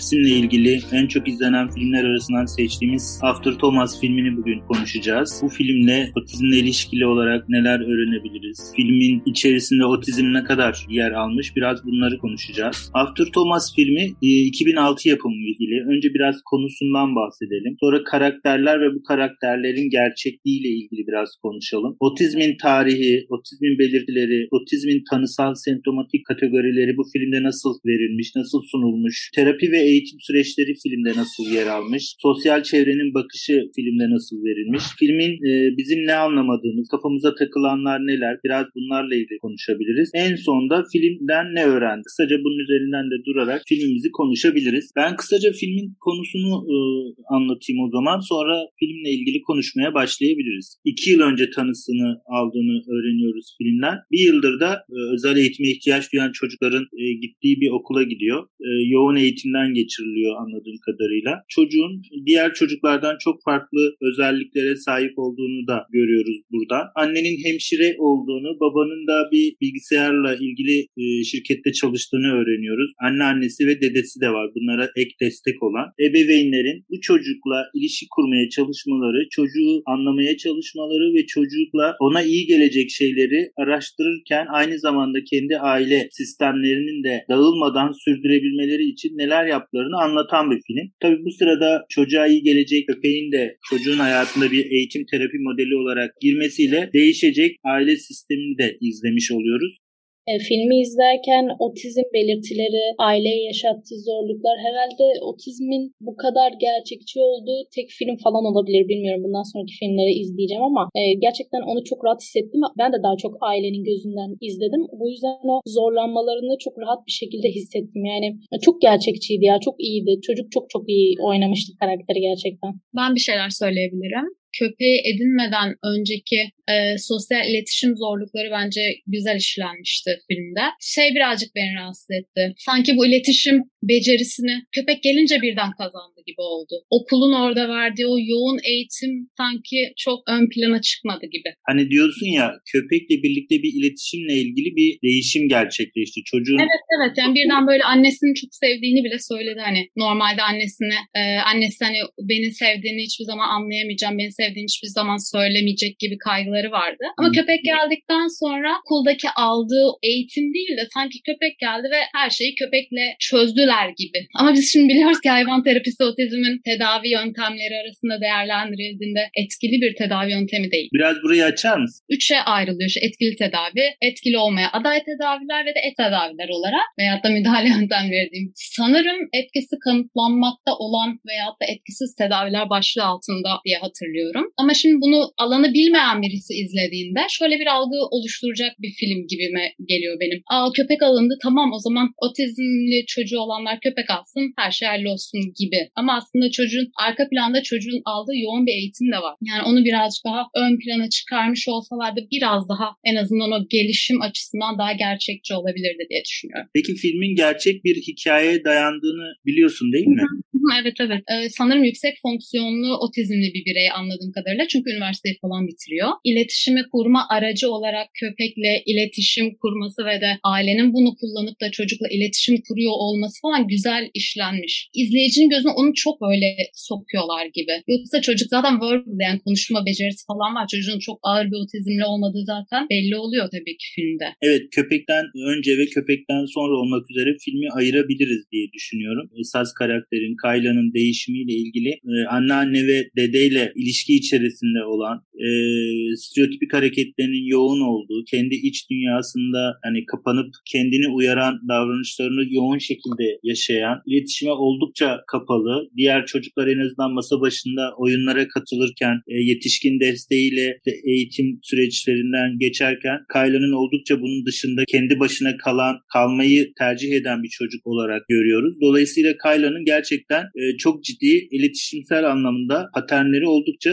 Otizmle ilgili en çok izlenen filmler arasından seçtiğimiz After Thomas filmini bugün konuşacağız. Bu filmle otizmle ilişkili olarak neler öğrenebiliriz? Filmin içerisinde otizm ne kadar yer almış? Biraz bunları konuşacağız. After Thomas filmi 2006 yapımı bir film. Önce biraz konusundan bahsedelim. Sonra karakterler ve bu karakterlerin gerçekliğiyle ilgili biraz konuşalım. Otizmin tarihi, otizmin belirtileri, otizmin tanısal semptomatik kategorileri bu filmde nasıl verilmiş, nasıl sunulmuş, terapi ve eğitim süreçleri filmde nasıl yer almış, sosyal çevrenin bakışı filmde nasıl verilmiş, filmin bizim ne anlamadığımız, kafamıza takılanlar neler, biraz bunlarla ilgili konuşabiliriz. En sonunda filmden ne öğrendik? Kısaca bunun üzerinden de durarak filmimizi konuşabiliriz. Ben kısaca filmin konusunu anlatayım o zaman, sonra filmle ilgili konuşmaya başlayabiliriz. 2 yıl önce tanısını aldığını öğreniyoruz filmden. Bir yıldır da özel eğitime ihtiyaç duyan çocukların gittiği bir okula gidiyor. Yoğun eğitimden geçiriliyor anladığım kadarıyla. Çocuğun diğer çocuklardan çok farklı özelliklere sahip olduğunu da görüyoruz burada. Annenin hemşire olduğunu, babanın da bir bilgisayarla ilgili şirkette çalıştığını öğreniyoruz. Anneannesi ve dedesi de var. Bunlara ek destek olan. Ebeveynlerin bu çocukla ilişki kurmaya çalışmaları, çocuğu anlamaya çalışmaları ve çocukla ona iyi gelecek şeyleri araştırırken aynı zamanda kendi aile sistemlerinin de dağılmadan sürdürebilmeleri için neler yaptıklarını anlatan bir film. Tabii bu sırada çocuğa iyi gelecek köpeğin de çocuğun hayatında bir eğitim terapi modeli olarak girmesiyle değişecek aile sistemini de izlemiş oluyoruz. Filmi izlerken otizm belirtileri, aileye yaşattığı zorluklar, herhalde otizmin bu kadar gerçekçi olduğu tek film falan olabilir. Bilmiyorum, bundan sonraki filmleri izleyeceğim ama gerçekten onu çok rahat hissettim. Ben de daha çok ailenin gözünden izledim. Bu yüzden o zorlanmalarını çok rahat bir şekilde hissettim. Yani çok gerçekçiydi ya, çok iyiydi. Çocuk çok çok iyi oynamıştı karakteri gerçekten. Ben bir şeyler söyleyebilirim. Köpeği edinmeden önceki sosyal iletişim zorlukları bence güzel işlenmişti filmde. Birazcık beni rahatsız etti. Sanki bu iletişim becerisini köpek gelince birden kazandı gibi oldu. Okulun orada verdiği o yoğun eğitim sanki çok ön plana çıkmadı gibi. Hani diyorsun ya, köpekle birlikte bir iletişimle ilgili bir değişim gerçekleşti. Çocuğun... Evet, yani birden böyle annesini çok sevdiğini bile söyledi. Hani normalde annesi hani beni sevdiğini hiçbir zaman anlayamayacağım, beni sevdiğini hiçbir zaman söylemeyecek gibi kaygıları vardı. Ama köpek geldikten sonra okuldaki aldığı eğitim değil de sanki köpek geldi ve her şeyi köpekle çözdüler gibi. Ama biz şimdi biliyoruz ki hayvan terapisi otizmin tedavi yöntemleri arasında değerlendirildiğinde etkili bir tedavi yöntemi değil. Biraz burayı açar mısın? 3'e ayrılıyor. Etkili tedavi, etkili olmaya aday tedaviler ve de tedaviler olarak veyahut da müdahale yöntemleri diyeyim. Sanırım etkisi kanıtlanmakta olan veyahut da etkisiz tedaviler başlığı altında diye hatırlıyorum. Ama şimdi bunu alanı bilmeyen birisi izlediğinde şöyle bir algı oluşturacak bir film gibime geliyor benim. Köpek alındı, tamam, o zaman otizmli çocuğu olanlar köpek alsın, her şey hallolsun gibi. Ama aslında arka planda çocuğun aldığı yoğun bir eğitim de var. Yani onu birazcık daha ön plana çıkarmış olsalardı biraz daha en azından o gelişim açısından daha gerçekçi olabilirdi diye düşünüyorum. Peki filmin gerçek bir hikayeye dayandığını biliyorsun değil mi? Evet. Sanırım yüksek fonksiyonlu otizmli bir birey anladığım kadarıyla. Çünkü üniversiteyi falan bitiriyor. İletişimi kurma aracı olarak köpekle iletişim kurması ve de ailenin bunu kullanıp da çocukla iletişim kuruyor olması falan güzel işlenmiş. İzleyicinin gözüne onu çok böyle sokuyorlar gibi. Yoksa çocuk zaten verbal, yani konuşma becerisi falan var. Çocuğun çok ağır bir otizmli olmadığı zaten belli oluyor tabii ki filmde. Evet, köpekten önce ve köpekten sonra olmak üzere filmi ayırabiliriz diye düşünüyorum. Esas karakterin, Kayla'nın değişimiyle ilgili anneanne ve dedeyle ilişki içerisinde olan, stereotipik hareketlerinin yoğun olduğu, kendi iç dünyasında hani kapanıp kendini uyaran davranışlarını yoğun şekilde yaşayan, iletişime oldukça kapalı, diğer çocuklar en azından masa başında oyunlara katılırken yetişkin desteğiyle eğitim süreçlerinden geçerken Kayla'nın oldukça bunun dışında kendi başına kalmayı tercih eden bir çocuk olarak görüyoruz. Dolayısıyla Kayla'nın gerçekten çok ciddi iletişimsel anlamda paternleri oldukça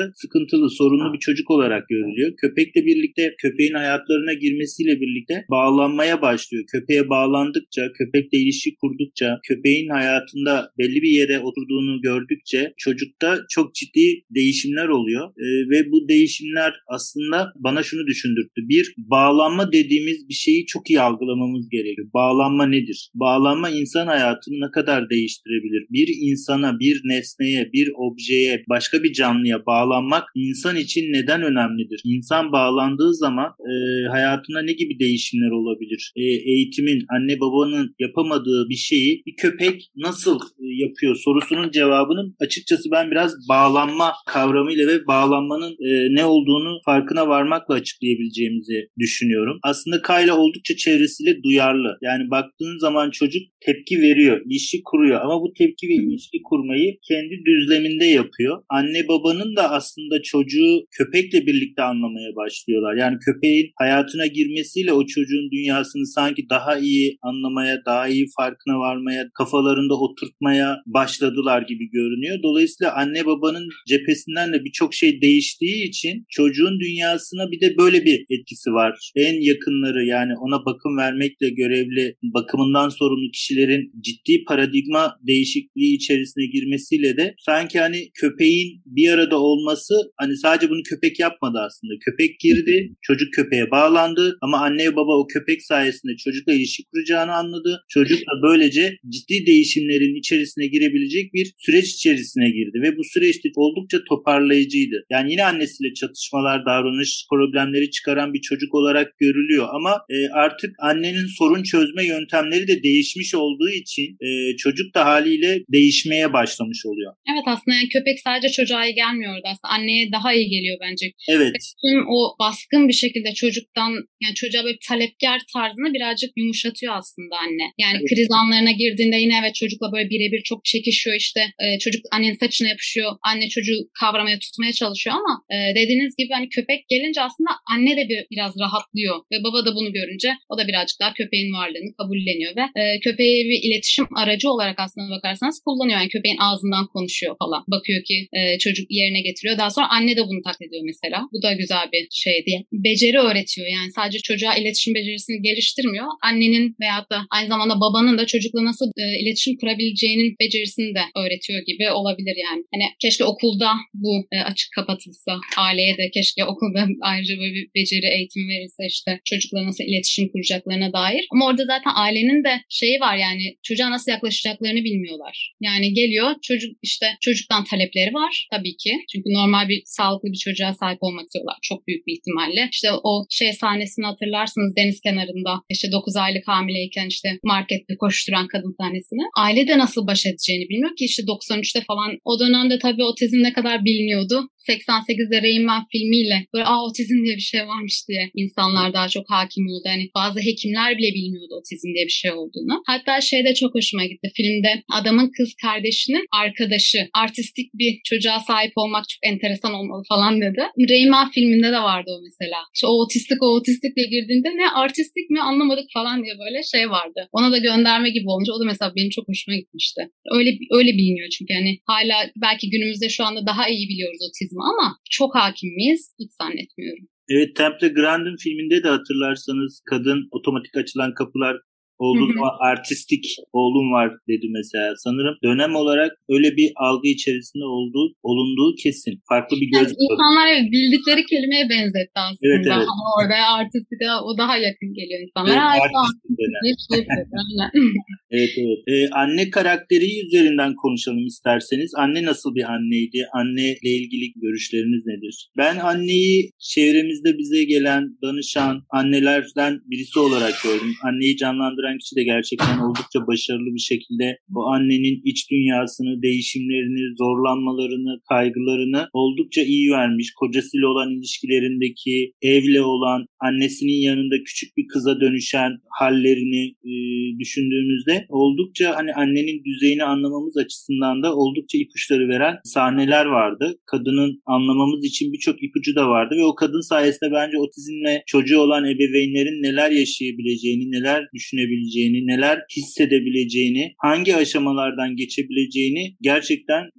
oldukça sıkıntılı, sorunlu bir çocuk olarak görülüyor. Köpekle birlikte, köpeğin hayatlarına girmesiyle birlikte bağlanmaya başlıyor. Köpeğe bağlandıkça, köpekle ilişki kurdukça, köpeğin hayatında belli bir yere oturduğunu gördükçe çocukta çok ciddi değişimler oluyor. Ve bu değişimler aslında bana şunu düşündürttü. Bir, bağlanma dediğimiz bir şeyi çok iyi algılamamız gerekiyor. Bağlanma nedir? Bağlanma insan hayatını ne kadar değiştirebilir? Bir insana, bir nesneye, bir objeye, başka bir canlıya bağlanmak insan için neden önemlidir? İnsan bağlandığı zaman hayatına ne gibi değişimler olabilir? Eğitimin, anne babanın yapamadığı bir şeyi bir köpek nasıl yapıyor sorusunun cevabını açıkçası ben biraz bağlanma kavramıyla ve bağlanmanın ne olduğunu farkına varmakla açıklayabileceğimizi düşünüyorum. Aslında Kayla oldukça çevresiyle duyarlı. Yani baktığın zaman çocuk tepki veriyor, ilişki kuruyor ama bu tepki ve ilişki kurmayı kendi düzleminde yapıyor. Anne babanın da aslında çocuğu köpekle birlikte anlamaya başlıyorlar. Yani köpeğin hayatına girmesiyle o çocuğun dünyasını sanki daha iyi anlamaya, daha iyi farkına varmaya, kafalarında oturtmaya başladılar gibi görünüyor. Dolayısıyla anne babanın cephesinden de birçok şey değiştiği için çocuğun dünyasına bir de böyle bir etkisi var. En yakınları, yani ona bakım vermekle görevli, bakımından sorumlu kişilerin ciddi paradigma değişikliği içerisine girmesiyle de sanki hani köpeğin bir arada olması, hani sadece bunu köpek yapmadı aslında. Köpek girdi, çocuk köpeğe bağlandı ama anne baba o köpek sayesinde çocukla ilişki kuracağını anladı. Çocuk da böylece ciddi değişimlerin içerisine girebilecek bir süreç içerisine girdi ve bu süreçte oldukça toparlayıcıydı. Yani yine annesiyle çatışmalar, davranış problemleri çıkaran bir çocuk olarak görülüyor ama artık annenin sorun çözme yöntemleri de değişmiş olduğu için çocuk da haliyle değişmeye başlamış oluyor. Evet, aslında yani köpek sadece çocuğa iyi gelmiyordu. Aslında anneye daha iyi geliyor bence. Evet. Tüm o baskın bir şekilde çocuktan, yani çocuğa böyle talepkar tarzını birazcık yumuşatıyor aslında anne. Yani evet. Kriz anlarına girdiğinde yine evet çocukla böyle birebir çok çekişiyor işte. Çocuk annenin saçına yapışıyor. Anne çocuğu kavramaya, tutmaya çalışıyor ama dediğiniz gibi hani köpek gelince aslında anne de biraz rahatlıyor ve baba da bunu görünce o da birazcık daha köpeğin varlığını kabulleniyor ve köpeği bir iletişim aracı olarak aslında bakarsanız kullanıyor. Yani köpeğin ağzından konuşuyor falan. Bakıyor ki çocuk yerine getiriyor. Daha sonra anne de bunu taklit ediyor mesela. Bu da güzel bir şey diye. Beceri öğretiyor. Yani sadece çocuğa iletişim becerisini geliştirmiyor. Annenin veyahut da aynı zamanda babanın da çocukla nasıl iletişim kurabileceğinin becerisini de öğretiyor gibi olabilir yani. Hani keşke okulda bu açık kapatılsa. Aileye de keşke okulda ayrıca böyle bir beceri eğitimi verilse işte çocukla nasıl iletişim kuracaklarına dair. Ama orada zaten ailenin de şeyi var, yani çocuğa nasıl yaklaşacaklarını bilmiyorlar. Yani geliyor çocuk, işte çocuktan talepleri var tabii ki. Çünkü normal bir sağlıklı bir çocuğa sahip olmak istiyorlar çok büyük bir ihtimalle. İşte o şey sahnesini hatırlarsınız, deniz kenarında işte 9 aylık hamileyken işte markette koşturan kadın sahnesini. Aile de nasıl baş edeceğini bilmiyor ki, işte 93'te falan o dönemde tabii otizm ne kadar biliniyordu. 88'de Rain Man filmiyle böyle otizm diye bir şey varmış diye insanlar daha çok hakim oldu. Yani bazı hekimler bile bilmiyordu otizm diye bir şey olduğunu. Hatta şey de çok hoşuma gitti. Filmde adamın kız kardeşinin arkadaşı artistik bir çocuğa sahip olmak çok enteresan olmalı falan dedi. Rain Man filminde de vardı o mesela. İşte o otistik diye girdiğinde ne artistik mi anlamadık falan diye böyle şey vardı. Ona da gönderme gibi olunca o da mesela benim çok hoşuma gitmişti. Öyle biliniyor çünkü yani hala belki günümüzde şu anda daha iyi biliyoruz otizmi ama çok hakim miyiz? Hiç zannetmiyorum. Evet, Temple Grandin filminde de hatırlarsanız kadın otomatik açılan kapılar olduğu zaman artistik oğlum var dedi mesela. Sanırım dönem olarak öyle bir algı içerisinde olunduğu kesin. Farklı bir göz. Yani insanlar bildikleri kelimeye benzetti aslında. Evet. Ama orada artistik o daha yakın geliyor insanlara. Evet, evet. Anne karakteri üzerinden konuşalım isterseniz. Anne nasıl bir anneydi? Anneyle ilgili görüşleriniz nedir? Ben anneyi çevremizde bize gelen, danışan annelerden birisi olarak gördüm. Anneyi canlandıran kişi de gerçekten oldukça başarılı bir şekilde bu annenin iç dünyasını, değişimlerini, zorlanmalarını, kaygılarını oldukça iyi vermiş. Kocasıyla olan ilişkilerindeki, evle olan, annesinin yanında küçük bir kıza dönüşen hallerini düşündüğümüzde oldukça hani annenin düzeyini anlamamız açısından da oldukça ipuçları veren sahneler vardı. Kadının anlamamız için birçok ipucu da vardı ve o kadın sayesinde bence otizmle çocuğu olan ebeveynlerin neler yaşayabileceğini, neler düşünebileceğini, neler hissedebileceğini, hangi aşamalardan geçebileceğini gerçekten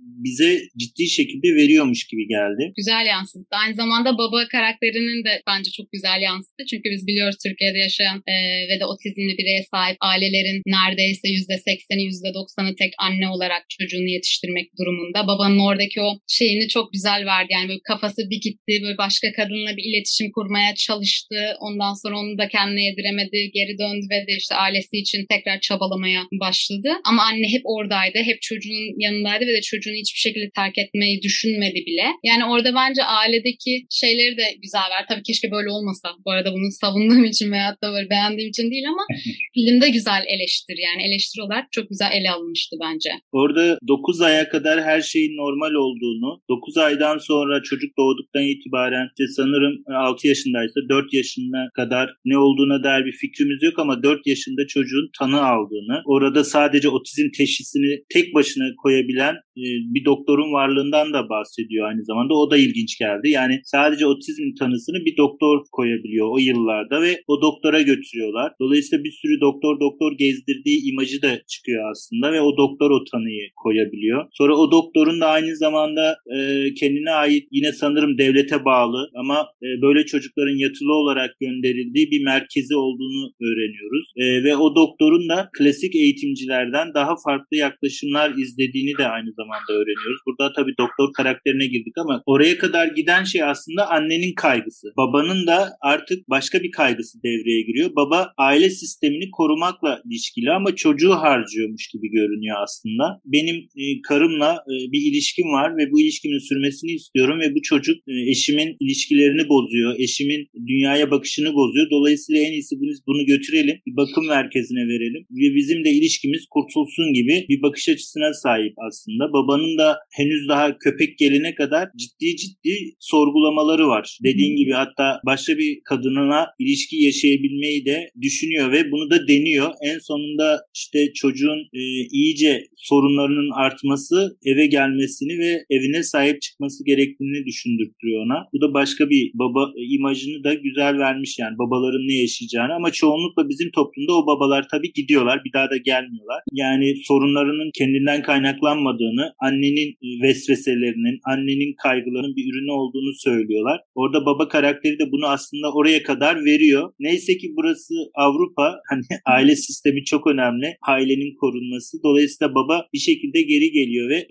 bize ciddi şekilde veriyormuş gibi geldi. Güzel yansıttı. Aynı zamanda baba karakterinin de bence çok güzel yansıttı. Çünkü biz biliyoruz Türkiye'de yaşayan ve de otizmli bireye sahip ailelerin neredeyse %80'i %90'ı tek anne olarak çocuğunu yetiştirmek durumunda. Babanın oradaki o şeyini çok güzel verdi. Yani böyle kafası bir gitti, böyle başka kadınla bir iletişim kurmaya çalıştı. Ondan sonra onu da kendine yediremedi, geri döndü ve de işte ailesi için tekrar çabalamaya başladı. Ama anne hep oradaydı, hep çocuğun yanındaydı ve de çocuğunu hiçbir şekilde terk etmeyi düşünmedi bile. Yani orada bence ailedeki şeyleri de güzel ver. Tabii keşke böyle olmasa. Bu arada bunu savunduğum için veyahut da böyle beğendiğim için değil ama filmde güzel eleştiri, yani eleştiri olarak çok güzel ele alınmıştı bence. Orada 9 aya kadar her şeyin normal olduğunu, 9 aydan sonra çocuk doğduktan itibaren işte sanırım 6 yaşındaysa 4 yaşına kadar ne olduğuna dair bir fikrimiz yok ama 4 yaşında çocuğun tanı aldığını, orada sadece otizm teşhisini tek başına koyabilen bir doktorun varlığından da bahsediyor aynı zamanda. O da ilginç geldi. Yani sadece otizm tanısını bir doktor koyabiliyor o yıllarda ve o doktora götürüyorlar. Dolayısıyla bir sürü doktor gezdirdiği imajı da çıkıyor aslında ve o doktor o tanıyı koyabiliyor. Sonra o doktorun da aynı zamanda kendine ait yine sanırım devlete bağlı ama böyle çocukların yatılı olarak gönderildiği bir merkezi olduğunu öğreniyoruz. Ve o doktorun da klasik eğitimcilerden daha farklı yaklaşımlar izlediğini de aynı zamanda öğreniyoruz. Burada tabii doktor karakterine girdik ama oraya kadar giden şey aslında annenin kaygısı. Babanın da artık başka bir kaygısı devreye giriyor. Baba aile sistemini korumakla ilişkili ama çocuğu harcıyormuş gibi görünüyor aslında. Benim karımla bir ilişkim var ve bu ilişkimin sürmesini istiyorum ve bu çocuk eşimin ilişkilerini bozuyor. Eşimin dünyaya bakışını bozuyor. Dolayısıyla en iyisi bunu götürelim, bir bakım merkezine verelim ve bizim de ilişkimiz kurtulsun gibi bir bakış açısına sahip aslında. Babanın da henüz daha köpek gelene kadar ciddi sorgulamaları var. Dediğin gibi hatta başka bir kadınla ilişki yaşayabilmeyi de düşünüyor ve bunu da deniyor. En sonunda işte çocuğun iyice sorunlarının artması, eve gelmesini ve evine sahip çıkması gerektiğini düşündürtüyor ona. Bu da başka bir baba imajını da güzel vermiş, yani babaların ne yaşayacağını, ama çoğunlukla bizim toplumda o babalar tabii gidiyorlar, bir daha da gelmiyorlar. Yani sorunlarının kendinden kaynaklanmadığını, annenin vesveselerinin, annenin kaygılarının bir ürünü olduğunu söylüyorlar. Orada baba karakteri de bunu aslında oraya kadar veriyor. Neyse ki burası Avrupa, hani aile sistemi çok önemli, ailenin korunması. Dolayısıyla baba bir şekilde geri geliyor ve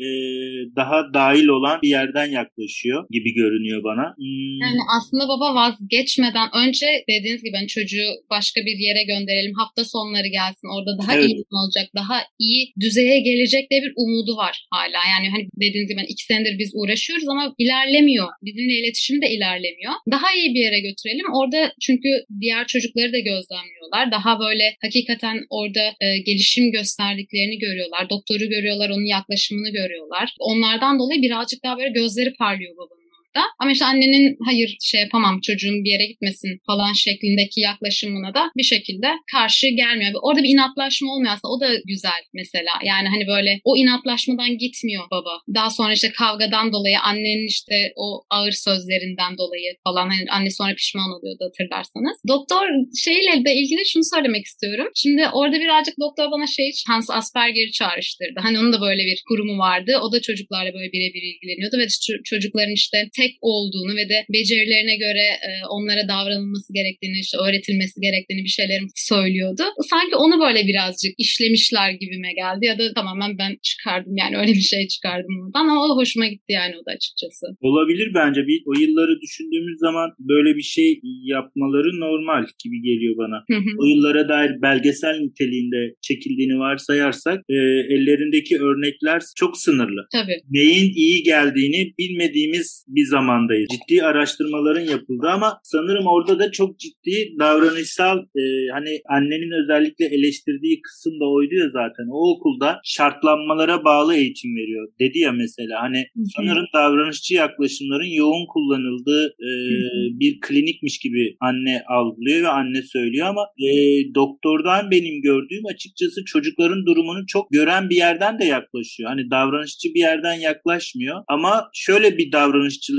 daha dahil olan bir yerden yaklaşıyor gibi görünüyor bana. Yani aslında baba vazgeçmeden önce dediğiniz gibi hani çocuğu başka bir yere gönderelim, hafta sonları gelsin, orada daha iyi olacak, daha iyi düzeye gelecek diye bir umudu var hala. Yani hani dediğiniz gibi 2 senedir biz uğraşıyoruz ama ilerlemiyor. Bizimle iletişim de ilerlemiyor. Daha iyi bir yere götürelim. Orada çünkü diğer çocukları da gözlemliyorlar. Daha böyle hakikaten orada gelişim gösterdiklerini görüyorlar. Doktoru görüyorlar, onun yaklaşımını görüyorlar. Onlardan dolayı birazcık daha böyle gözleri parlıyor babanın. Ama işte annenin hayır yapamam çocuğum bir yere gitmesin falan şeklindeki yaklaşımına da bir şekilde karşı gelmiyor. Orada bir inatlaşma olmuyor aslında. O da güzel mesela. Yani hani böyle o inatlaşmadan gitmiyor baba. Daha sonra işte kavgadan dolayı, annenin işte o ağır sözlerinden dolayı falan, hani anne sonra pişman oluyordu hatırlarsanız. Doktor şeyle de ilgili şunu söylemek istiyorum. Şimdi orada birazcık doktor bana Hans Asperger'i çağrıştırdı. Hani onun da böyle bir kurumu vardı. O da çocuklarla böyle birebir ilgileniyordu ve çocukların işte tek olduğunu ve de becerilerine göre onlara davranılması gerektiğini, işte öğretilmesi gerektiğini bir şeyler söylüyordu. Sanki onu böyle birazcık işlemişler gibime geldi ya da tamamen ben çıkardım, yani öyle bir şey çıkardım oradan, ama o hoşuma gitti yani, o da açıkçası. Olabilir bence. O yılları düşündüğümüz zaman böyle bir şey yapmaları normal gibi geliyor bana. O yıllara dair belgesel niteliğinde çekildiğini varsayarsak ellerindeki örnekler çok sınırlı. Tabii. Neyin iyi geldiğini bilmediğimiz bir zamandayız. Ciddi araştırmaların yapıldı ama sanırım orada da çok ciddi davranışsal hani annenin özellikle eleştirdiği kısım da oydu ya zaten. O okulda şartlanmalara bağlı eğitim veriyor. Dedi ya mesela hani sanırım davranışçı yaklaşımların yoğun kullanıldığı bir klinikmiş gibi anne algılıyor ve anne söylüyor ama doktordan benim gördüğüm açıkçası çocukların durumunu çok gören bir yerden de yaklaşıyor. Hani davranışçı bir yerden yaklaşmıyor ama şöyle bir davranışçılık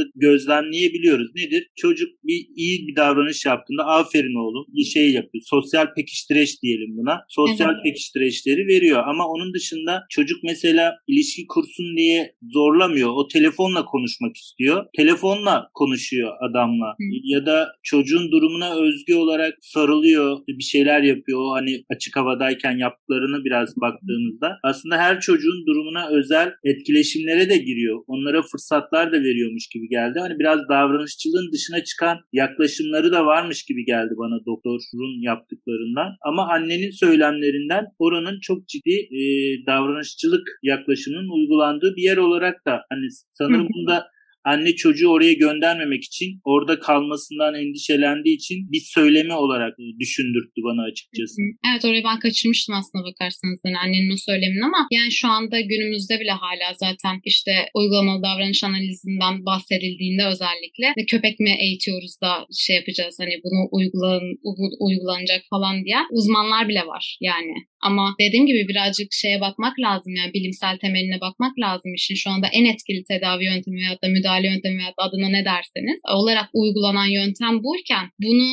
gözlemleyebiliyoruz. Nedir? Çocuk iyi bir davranış yaptığında aferin oğlum bir şey yapıyor. Sosyal pekiştireç diyelim buna. Sosyal pekiştireçleri veriyor ama onun dışında çocuk mesela ilişki kursun diye zorlamıyor. O telefonla konuşmak istiyor. Telefonla konuşuyor adamla. Ya da çocuğun durumuna özgü olarak sarılıyor, bir şeyler yapıyor. O hani açık havadayken yaptıklarını biraz baktığımızda aslında her çocuğun durumuna özel etkileşimlere de giriyor. Onlara fırsatlar da veriyormuş gibi geldi. Hani biraz davranışçılığın dışına çıkan yaklaşımları da varmış gibi geldi bana doktorun yaptıklarından. Ama annenin söylemlerinden oranın çok ciddi davranışçılık yaklaşımının uygulandığı bir yer olarak da hani sanırım bunda anne çocuğu oraya göndermemek için, orada kalmasından endişelendiği için bir söylemi olarak düşündürttü bana açıkçası. Evet, orayı ben kaçırmıştım aslında bakarsanız yani annenin o söylemini ama yani şu anda günümüzde bile hala zaten işte uygulamalı davranış analizinden bahsedildiğinde özellikle köpek mi eğitiyoruz da şey yapacağız hani bunu uygulanacak falan diye uzmanlar bile var yani. Ama dediğim gibi birazcık şeye bakmak lazım yani bilimsel temeline bakmak lazım işin. Şu anda en etkili tedavi yöntemi veyahut da müdahale yöntemi veyahut da adına ne derseniz olarak uygulanan yöntem buyken bunu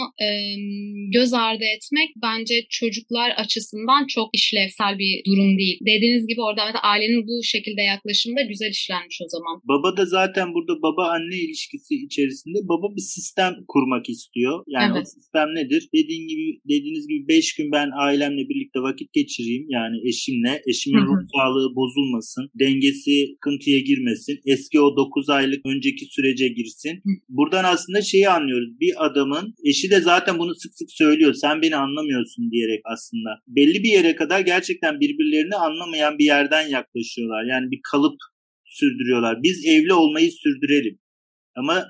göz ardı etmek bence çocuklar açısından çok işlevsel bir durum değil. Dediğiniz gibi orada ailenin bu şekilde yaklaşımı da güzel işlenmiş o zaman. Baba da zaten burada baba-anne ilişkisi içerisinde baba bir sistem kurmak istiyor. Yani o sistem nedir? Dediğiniz gibi 5 gün ben ailemle birlikte vakit geçireyim. Yani eşimle. Eşimin ruh sağlığı bozulmasın. Dengesi sıkıntıya girmesin. Eski o 9 aylık önceki sürece girsin. Buradan aslında şeyi anlıyoruz. Bir adamın eşi de zaten bunu sık sık söylüyor. Sen beni anlamıyorsun diyerek aslında. Belli bir yere kadar gerçekten birbirlerini anlamayan bir yerden yaklaşıyorlar. Yani bir kalıp sürdürüyorlar. Biz evli olmayı sürdürelim. Ama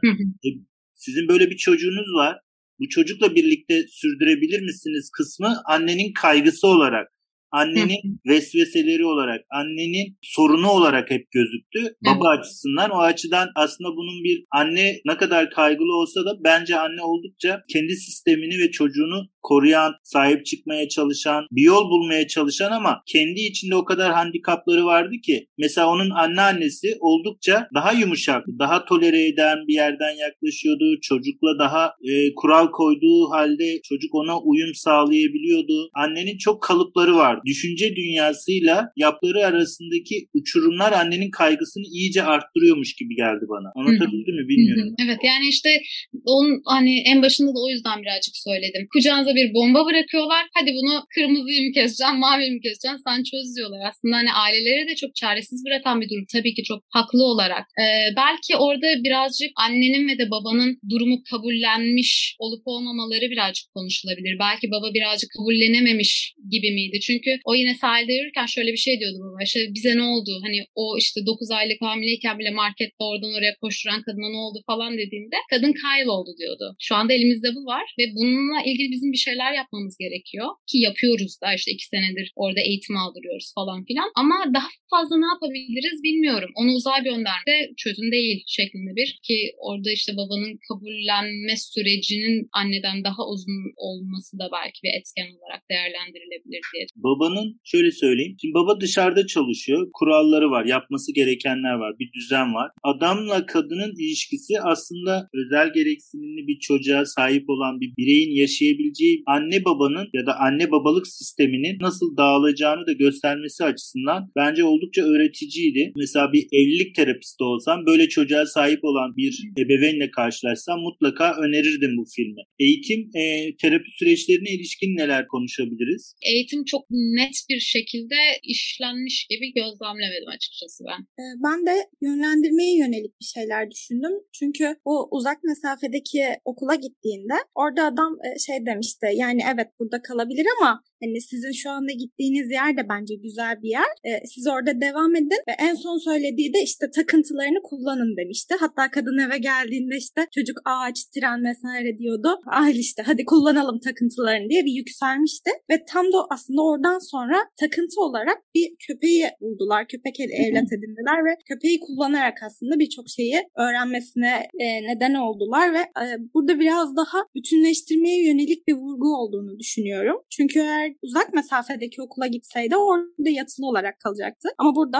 sizin böyle bir çocuğunuz var. Bu çocukla birlikte sürdürebilir misiniz kısmı annenin kaygısı olarak, annenin vesveseleri olarak, annenin sorunu olarak hep gözüktü. Baba açısından o açıdan aslında bunun bir anne ne kadar kaygılı olsa da bence anne oldukça kendi sistemini ve çocuğunu koruyan, sahip çıkmaya çalışan, bir yol bulmaya çalışan ama kendi içinde o kadar handikapları vardı ki mesela onun anneannesi oldukça daha yumuşak, daha tolere eden bir yerden yaklaşıyordu. Çocukla daha kural koyduğu halde çocuk ona uyum sağlayabiliyordu. Annenin çok kalıpları vardı. Düşünce dünyasıyla yapıları arasındaki uçurumlar annenin kaygısını iyice arttırıyormuş gibi geldi bana. Anlatabildim mi bilmiyorum. Evet yani işte onun hani en başında da o yüzden birazcık söyledim. Kucağınıza bir bomba bırakıyorlar. Hadi bunu kırmızıyı mı keseceksin, maviyi mi keseceksin sen çöz diyorlar. Aslında hani aileleri de çok çaresiz bırakan bir durum. Tabii ki çok haklı olarak. Belki orada birazcık annenin ve de babanın durumu kabullenmiş olup olmamaları birazcık konuşulabilir. Belki baba birazcık kabullenememiş gibi miydi? Çünkü o yine sahilde yürürken şöyle bir şey diyordu baba. İşte bize ne oldu? Hani o işte 9 aylık hamileyken bile markette oradan oraya koşturan kadına ne oldu falan dediğinde kadın kayboldu diyordu. Şu anda elimizde bu var ve bununla ilgili bizim bir şeyler yapmamız gerekiyor. Ki yapıyoruz da işte 2 senedir orada eğitim aldırıyoruz falan filan. Ama daha fazla ne yapabiliriz bilmiyorum. Onu uzay gönderme çözüm değil şeklinde bir ki orada işte babanın kabullenme sürecinin anneden daha uzun olması da belki bir etken olarak değerlendirilebilir diye. Babanın şöyle söyleyeyim. Şimdi baba dışarıda çalışıyor. Kuralları var. Yapması gerekenler var. Bir düzen var. Adamla kadının ilişkisi aslında özel gereksinimli bir çocuğa sahip olan bir bireyin yaşayabileceği anne babanın ya da anne babalık sisteminin nasıl dağılacağını da göstermesi açısından bence oldukça öğreticiydi. Mesela bir evlilik terapisti olsam böyle çocuğa sahip olan bir ebeveynle karşılaşsam mutlaka önerirdim bu filmi. Eğitim, terapi süreçlerine ilişkin neler konuşabiliriz? Eğitim çok net bir şekilde işlenmiş gibi gözlemlemedim açıkçası ben. Ben de yönlendirmeye yönelik bir şeyler düşündüm. Çünkü o uzak mesafedeki okula gittiğinde orada adam şey demişti. Yani evet burada kalabilir ama hani sizin şu anda gittiğiniz yer de bence güzel bir yer. Siz orada devam edin ve en son söylediği de işte takıntılarını kullanın demişti. Hatta kadın eve geldiğinde işte çocuk ağaç, tren vesaire diyordu. İşte hadi kullanalım takıntılarını diye bir yükselmişti. Ve tam da aslında oradan sonra takıntı olarak bir köpeği buldular. Köpek evlat edindiler ve köpeği kullanarak aslında birçok şeyi öğrenmesine neden oldular ve burada biraz daha bütünleştirmeye yönelik bir vurgu olduğunu düşünüyorum. Çünkü eğer uzak mesafedeki okula gitseydi orada yatılı olarak kalacaktı. Ama burada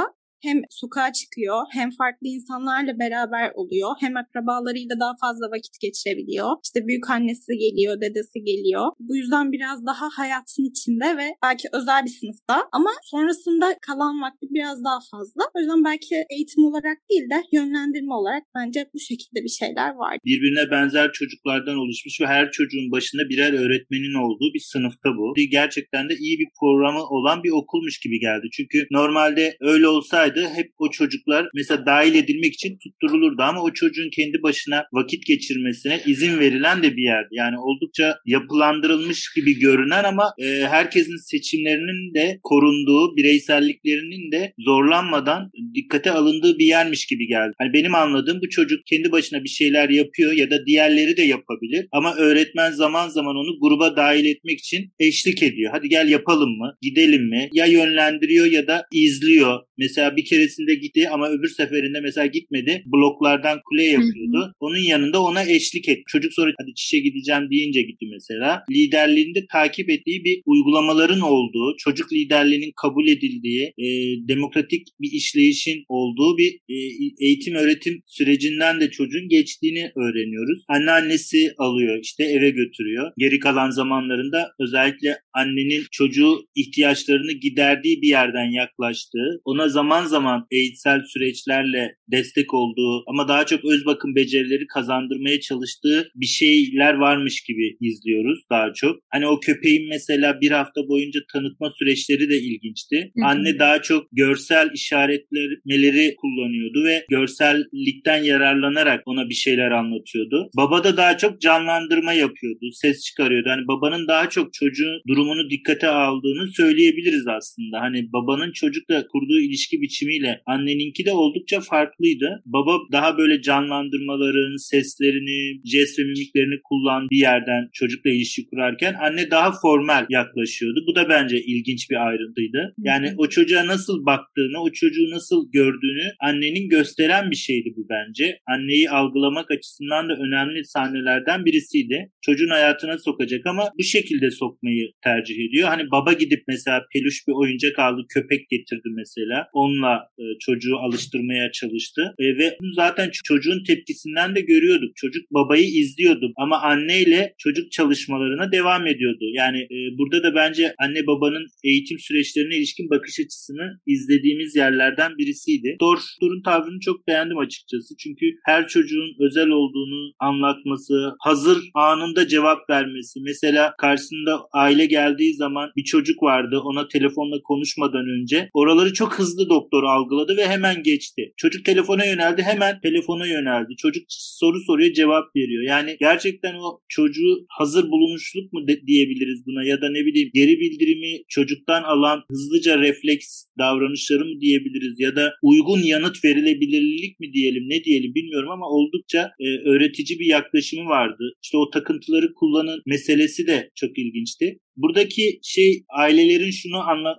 hem sokağa çıkıyor, hem farklı insanlarla beraber oluyor, hem akrabalarıyla daha fazla vakit geçirebiliyor. İşte büyük annesi geliyor, dedesi geliyor. Bu yüzden biraz daha hayatın içinde ve belki özel bir sınıfta ama sonrasında kalan vakti biraz daha fazla. O yüzden belki eğitim olarak değil de yönlendirme olarak bence bu şekilde bir şeyler var. Birbirine benzer çocuklardan oluşmuş ve her çocuğun başında birer öğretmenin olduğu bir sınıfta bu. Gerçekten de iyi bir programı olan bir okulmuş gibi geldi. Çünkü normalde öyle olsaydı hep o çocuklar mesela dahil edilmek için tutturulurdu ama o çocuğun kendi başına vakit geçirmesine izin verilen de bir yerdi. Yani oldukça yapılandırılmış gibi görünen ama herkesin seçimlerinin de korunduğu, bireyselliklerinin de zorlanmadan dikkate alındığı bir yermiş gibi geldi. Hani benim anladığım bu çocuk kendi başına bir şeyler yapıyor ya da diğerleri de yapabilir ama öğretmen zaman zaman onu gruba dahil etmek için eşlik ediyor. Hadi gel yapalım mı? Gidelim mi? Ya yönlendiriyor ya da izliyor. Mesela bir keresinde gitti ama öbür seferinde mesela gitmedi. Bloklardan kule yapıyordu. Onun yanında ona eşlik etti. Çocuk sonra hadi çişe gideceğim deyince gitti mesela. Liderliğinde takip ettiği bir uygulamaların olduğu, çocuk liderliğinin kabul edildiği, demokratik bir işleyişin olduğu bir eğitim öğretim sürecinden de çocuğun geçtiğini öğreniyoruz. Anneannesi alıyor, işte eve götürüyor. Geri kalan zamanlarında özellikle annenin çocuğu ihtiyaçlarını giderdiği bir yerden yaklaştığı, ona zaman zaman eğitsel süreçlerle destek olduğu ama daha çok öz bakım becerileri kazandırmaya çalıştığı bir şeyler varmış gibi izliyoruz daha çok. Hani o köpeğin mesela bir hafta boyunca tanıtma süreçleri de ilginçti. Anne daha çok görsel işaretlemeleri kullanıyordu ve görsellikten yararlanarak ona bir şeyler anlatıyordu. Baba da daha çok canlandırma yapıyordu, ses çıkarıyordu. Hani babanın daha çok çocuğun durumunu dikkate aldığını söyleyebiliriz aslında. Hani babanın çocukla kurduğu ilişki biçimiyle anneninki de oldukça farklıydı. Baba daha böyle canlandırmaların, seslerini, jest ve mimiklerini kullandığı bir yerden çocukla ilişki kurarken anne daha formal yaklaşıyordu. Bu da bence ilginç bir ayrıntıydı. Yani o çocuğa nasıl baktığını, o çocuğu nasıl gördüğünü annenin gösteren bir şeydi bu bence. Anneyi algılamak açısından da önemli sahnelerden birisiydi. Çocuğun hayatına sokacak ama bu şekilde sokmayı tercih ediyor. Hani baba gidip mesela peluş bir oyuncak aldı, köpek getirdi mesela. Onunla çocuğu alıştırmaya çalıştı. Ve zaten çocuğun tepkisinden de görüyorduk. Çocuk babayı izliyordu ama anneyle çocuk çalışmalarına devam ediyordu. Yani burada da bence anne babanın eğitim süreçlerine ilişkin bakış açısını izlediğimiz yerlerden birisiydi. Doktorun tavrını çok beğendim açıkçası. Çünkü her çocuğun özel olduğunu anlatması, hazır anında cevap vermesi. Mesela karşısında aile geldiği zaman bir çocuk vardı. Ona telefonla konuşmadan önce oraları çok hızlı doktor algıladı ve hemen geçti. Çocuk telefona yöneldi, hemen telefona yöneldi. Çocuk soru soruyor, cevap veriyor. Yani gerçekten o çocuğu hazır bulunuşluk mu diyebiliriz buna ya da ne bileyim geri bildirimi çocuktan alan hızlıca refleks davranışları mı diyebiliriz ya da uygun yanıt verilebilirlik mi diyelim, ne diyelim bilmiyorum ama oldukça öğretici bir yaklaşımı vardı. İşte o takıntıları kullanın meselesi de çok ilginçti. Buradaki ailelerin şunu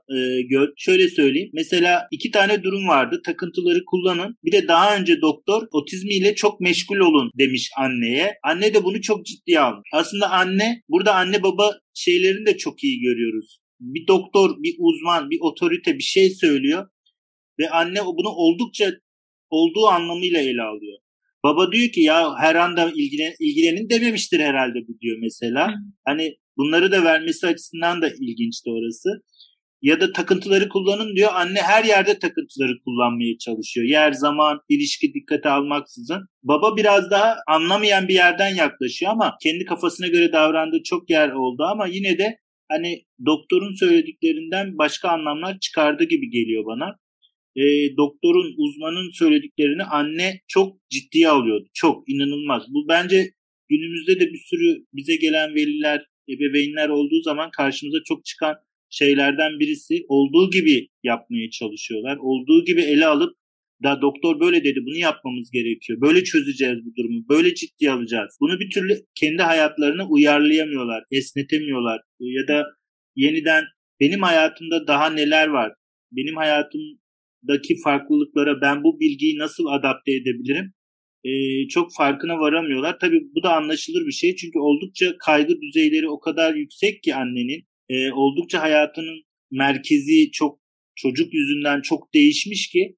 şöyle söyleyeyim. Mesela 2 tane durum vardı. Takıntıları kullanın. Bir de daha önce doktor otizmiyle çok meşgul olun demiş anneye. Anne de bunu çok ciddiye almış. Aslında burada anne baba şeylerini de çok iyi görüyoruz. Bir doktor, bir uzman, bir otorite bir şey söylüyor ve anne bunu oldukça olduğu anlamıyla ele alıyor. Baba diyor ki ya her anda ilgilenin dememiştir herhalde bu diyor mesela. Hani bunları da vermesi açısından da ilginçti orası. Ya da takıntıları kullanın diyor. Anne her yerde takıntıları kullanmaya çalışıyor. Yer, zaman, ilişki dikkate almaksızın. Baba biraz daha anlamayan bir yerden yaklaşıyor ama kendi kafasına göre davrandığı çok yer oldu ama yine de hani doktorun söylediklerinden başka anlamlar çıkardı gibi geliyor bana. Doktorun, uzmanın söylediklerini anne çok ciddiye alıyordu. Çok, inanılmaz. Bu bence günümüzde de bir sürü bize gelen veliler, ebeveynler olduğu zaman karşımıza çok çıkan şeylerden birisi. Olduğu gibi yapmaya çalışıyorlar. Olduğu gibi ele alıp da doktor böyle dedi, bunu yapmamız gerekiyor. Böyle çözeceğiz bu durumu. Böyle ciddiye alacağız. Bunu bir türlü kendi hayatlarına uyarlayamıyorlar, esnetemiyorlar. Ya da yeniden benim hayatımda daha neler var? Benim hayatımdaki farklılıklara ben bu bilgiyi nasıl adapte edebilirim? Çok farkına varamıyorlar. Tabii bu da anlaşılır bir şey. Çünkü oldukça kaygı düzeyleri o kadar yüksek ki annenin. Oldukça hayatının merkezi çok çocuk yüzünden çok değişmiş ki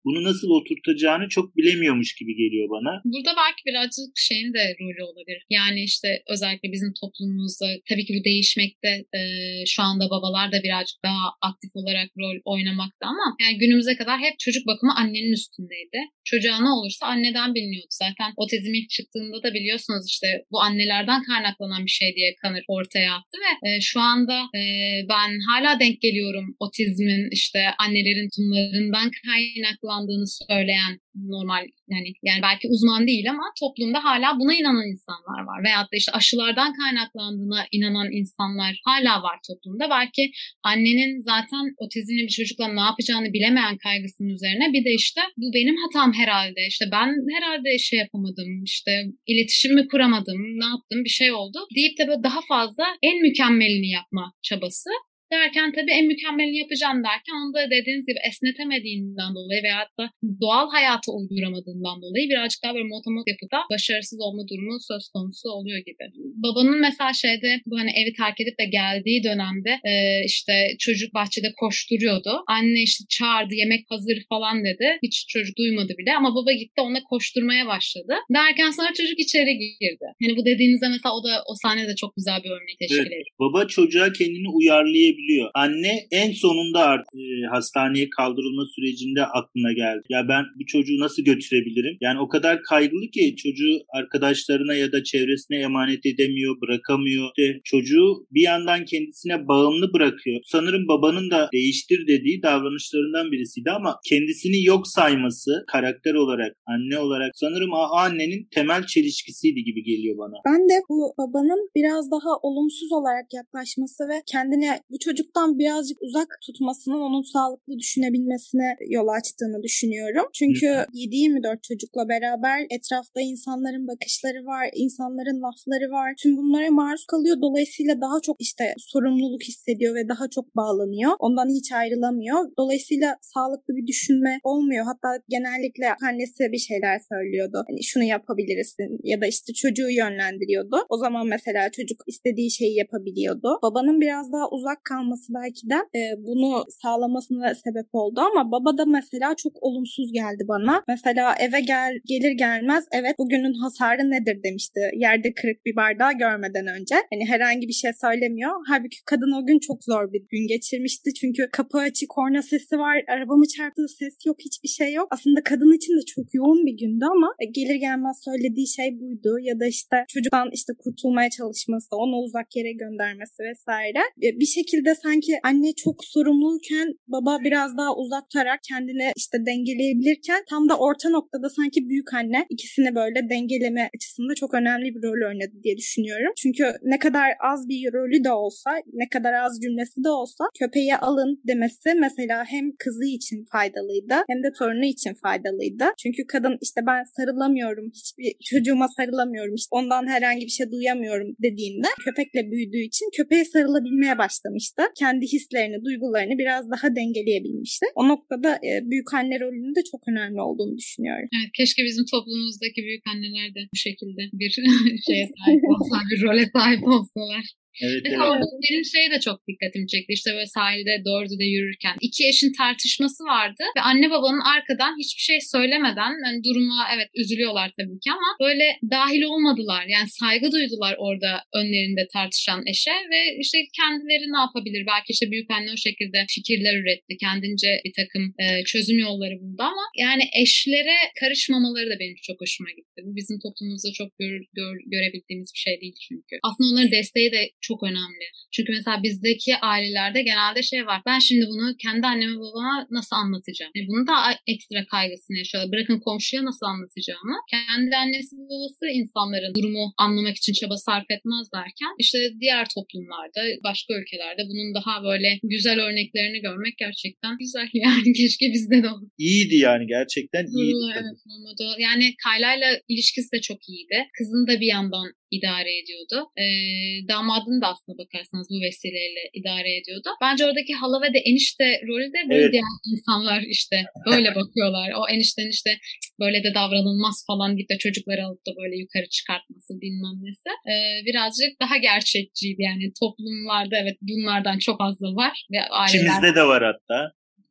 bunu nasıl oturtacağını çok bilemiyormuş gibi geliyor bana. Burada belki birazcık şeyin de rolü olabilir. Yani işte özellikle bizim toplumumuzda tabii ki bu değişmekte, şu anda babalar da birazcık daha aktif olarak rol oynamakta ama yani günümüze kadar hep çocuk bakımı annenin üstündeydi. Çocuğa ne olursa anneden biliniyordu. Zaten otizm ilk çıktığında da biliyorsunuz işte bu annelerden kaynaklanan bir şey diye kanır ortaya attı ve şu anda ben hala denk geliyorum otizmin işte annelerin tutumlarından kaynaklandığını söyleyen normal yani belki uzman değil ama toplumda hala buna inanan insanlar var. Veyahut da işte aşılardan kaynaklandığına inanan insanlar hala var toplumda. Belki annenin zaten otizmli bir çocukla ne yapacağını bilemeyen kaygısının üzerine bir de işte bu benim hatam herhalde. İşte ben herhalde şey yapamadım. İşte iletişimi kuramadım. Ne yaptım? Bir şey oldu. Deyip de böyle daha fazla en mükemmelini yapma çabası. Derken tabii en mükemmelini yapacağım derken onu da dediğiniz gibi esnetemediğinden dolayı veyahut da doğal hayata uyduramadığından dolayı birazcık daha böyle motomot yapıda başarısız olma durumu söz konusu oluyor gibi. Babanın mesela şeyde bu hani evi terk edip de geldiği dönemde işte çocuk bahçede koşturuyordu. Anne işte çağırdı, yemek hazır falan dedi. Hiç çocuk duymadı bile ama baba gitti ona koşturmaya başladı. Derken sonra çocuk içeri girdi. Hani bu dediğinizde mesela o sahnede çok güzel bir örnek teşkil ediyor. Evet, baba çocuğa kendini uyarlayabiliyor. Anne en sonunda hastaneye kaldırılma sürecinde aklına geldi. Ya ben bu çocuğu nasıl götürebilirim? Yani o kadar kaygılı ki çocuğu arkadaşlarına ya da çevresine emanet edemiyor, bırakamıyor. İşte çocuğu bir yandan kendisine bağımlı bırakıyor. Sanırım babanın da değiştir dediği davranışlarından birisiydi ama kendisini yok sayması karakter olarak, anne olarak sanırım annenin temel çelişkisiydi gibi geliyor bana. Ben de bu babanın biraz daha olumsuz olarak yaklaşması ve kendine bu çocuktan birazcık uzak tutmasının onun sağlıklı düşünebilmesine yol açtığını düşünüyorum. Çünkü 7-24 çocukla beraber etrafta insanların bakışları var, insanların lafları var. Tüm bunlara maruz kalıyor. Dolayısıyla daha çok işte sorumluluk hissediyor ve daha çok bağlanıyor. Ondan hiç ayrılamıyor. Dolayısıyla sağlıklı bir düşünme olmuyor. Hatta genellikle annesi bir şeyler söylüyordu. Hani şunu yapabilirsin ya da işte çocuğu yönlendiriyordu. O zaman mesela çocuk istediği şeyi yapabiliyordu. Babanın biraz daha uzak kalması belki de bunu sağlamasına sebep oldu ama baba da mesela çok olumsuz geldi bana. Mesela eve gelir gelmez evet bugünün hasarı nedir demişti. Yerde kırık bir bardağı görmeden önce. Hani herhangi bir şey söylemiyor. Halbuki kadın o gün çok zor bir gün geçirmişti. Çünkü kapı açık, korna sesi var, arabamı çarptığı ses yok, hiçbir şey yok. Aslında kadın için de çok yoğun bir gündü ama gelir gelmez söylediği şey buydu. Ya da işte çocuktan işte kurtulmaya çalışması, onu uzak yere göndermesi vesaire. Bir şekilde sanki anne çok sorumluyken baba biraz daha uzak tutarak kendini işte dengeleyebilirken tam da orta noktada sanki büyük anne ikisini böyle dengeleme açısında çok önemli bir rol oynadı diye düşünüyorum. Çünkü ne kadar az bir rolü de olsa, ne kadar az cümlesi de olsa köpeği alın demesi mesela hem kızı için faydalıydı hem de torunu için faydalıydı. Çünkü kadın işte ben sarılamıyorum, hiçbir çocuğuma sarılamıyorum, işte ondan herhangi bir şey duyamıyorum dediğinde köpekle büyüdüğü için köpeğe sarılabilmeye başlamıştı. Kendi hislerini, duygularını biraz daha dengeleyebilmişti. O noktada büyük anne rolünün de çok önemli olduğunu düşünüyorum. Evet, keşke bizim toplumumuzdaki büyük anneler de bu şekilde bir şeye sahip olsalar, bir role sahip olsalar. Evet, Mesela evet. orada benim şey de çok dikkatimi çekti. İşte böyle sahilde Dördü'de yürürken iki eşin tartışması vardı ve anne babanın arkadan hiçbir şey söylemeden yani duruma evet üzülüyorlar tabii ki ama böyle dahil olmadılar. Yani saygı duydular orada önlerinde tartışan eşe ve işte kendileri ne yapabilir? Belki işte büyük anne o şekilde fikirler üretti. Kendince bir takım çözüm yolları buldu ama yani eşlere karışmamaları da benim çok hoşuma gitti. Bu bizim toplumumuzda çok görebildiğimiz bir şey değil çünkü. Aslında onların desteği de çok önemli. Çünkü mesela bizdeki ailelerde genelde şey var. Ben şimdi bunu kendi anneme babama nasıl anlatacağım? Yani bunun da ekstra kaygısını yaşıyorlar. Bırakın komşuya nasıl anlatacağımı. Kendi annesi babası insanların durumu anlamak için çaba sarf etmez derken işte diğer toplumlarda, başka ülkelerde bunun daha böyle güzel örneklerini görmek gerçekten güzel. Yani keşke bizde de olur. İyiydi yani gerçekten iyiydi. Evet, yani Kayla'yla ilişkisi de çok iyiydi. Kızını da bir yandan idare ediyordu. Damadını da aslında bakarsanız bu vesileyle idare ediyordu. Bence oradaki hala ve de enişte rolü de böyle Evet. diğer insanlar işte böyle bakıyorlar. O eniştenin işte böyle de davranılmaz falan deyip de çocukları alıp da böyle yukarı çıkartması bilmem nesi. Birazcık daha gerçekçiydi yani toplumlarda evet bunlardan çok fazla var. Ve İçimizde de var hatta.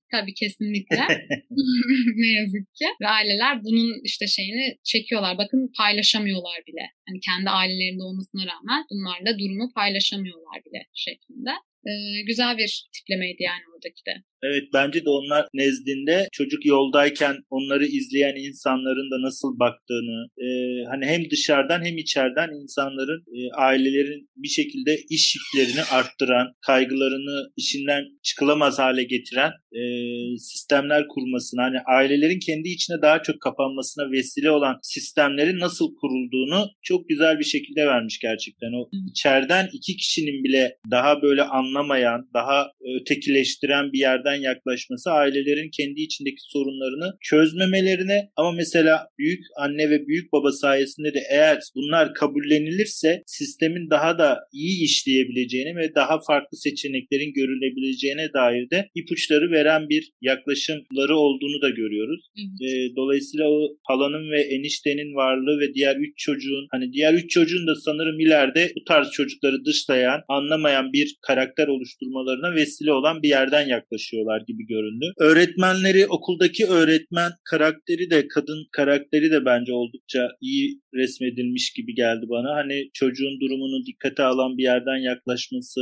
Tabii kesinlikle. Ne yazık ki. Ve aileler bunun işte şeyini çekiyorlar. Bakın paylaşamıyorlar bile. Hani kendi ailelerinde olmasına rağmen bunlarla durumu paylaşamıyorlar bile şeklinde. Güzel bir tiplemeydi yani oradaki de. Evet, bence de onlar nezdinde çocuk yoldayken onları izleyen insanların da nasıl baktığını, hani hem dışarıdan hem içeriden insanların, ailelerin bir şekilde iş yüklerini arttıran, kaygılarını işinden çıkılamaz hale getiren sistemler kurmasına, hani ailelerin kendi içine daha çok kapanmasına vesile olan sistemlerin nasıl kurulduğunu çok güzel bir şekilde vermiş gerçekten. O içeriden iki kişinin bile daha böyle anlamayan, daha ötekileştiren bir yerden yaklaşması ailelerin kendi içindeki sorunlarını çözmemelerine, ama mesela büyük anne ve büyük baba sayesinde de eğer bunlar kabullenilirse sistemin daha da iyi işleyebileceğini ve daha farklı seçeneklerin görülebileceğine dair de ipuçları veren bir yaklaşımları olduğunu da görüyoruz. Dolayısıyla o halanın ve eniştenin varlığı ve diğer üç çocuğun da sanırım ileride bu tarz çocukları dışlayan, anlamayan bir karakter oluşturmalarına vesile olan bir yerden yaklaşıyorlar gibi göründü. Öğretmenleri, okuldaki öğretmen karakteri de, kadın karakteri de bence oldukça iyi resmedilmiş gibi geldi bana. Hani çocuğun durumunu dikkate alan bir yerden yaklaşması,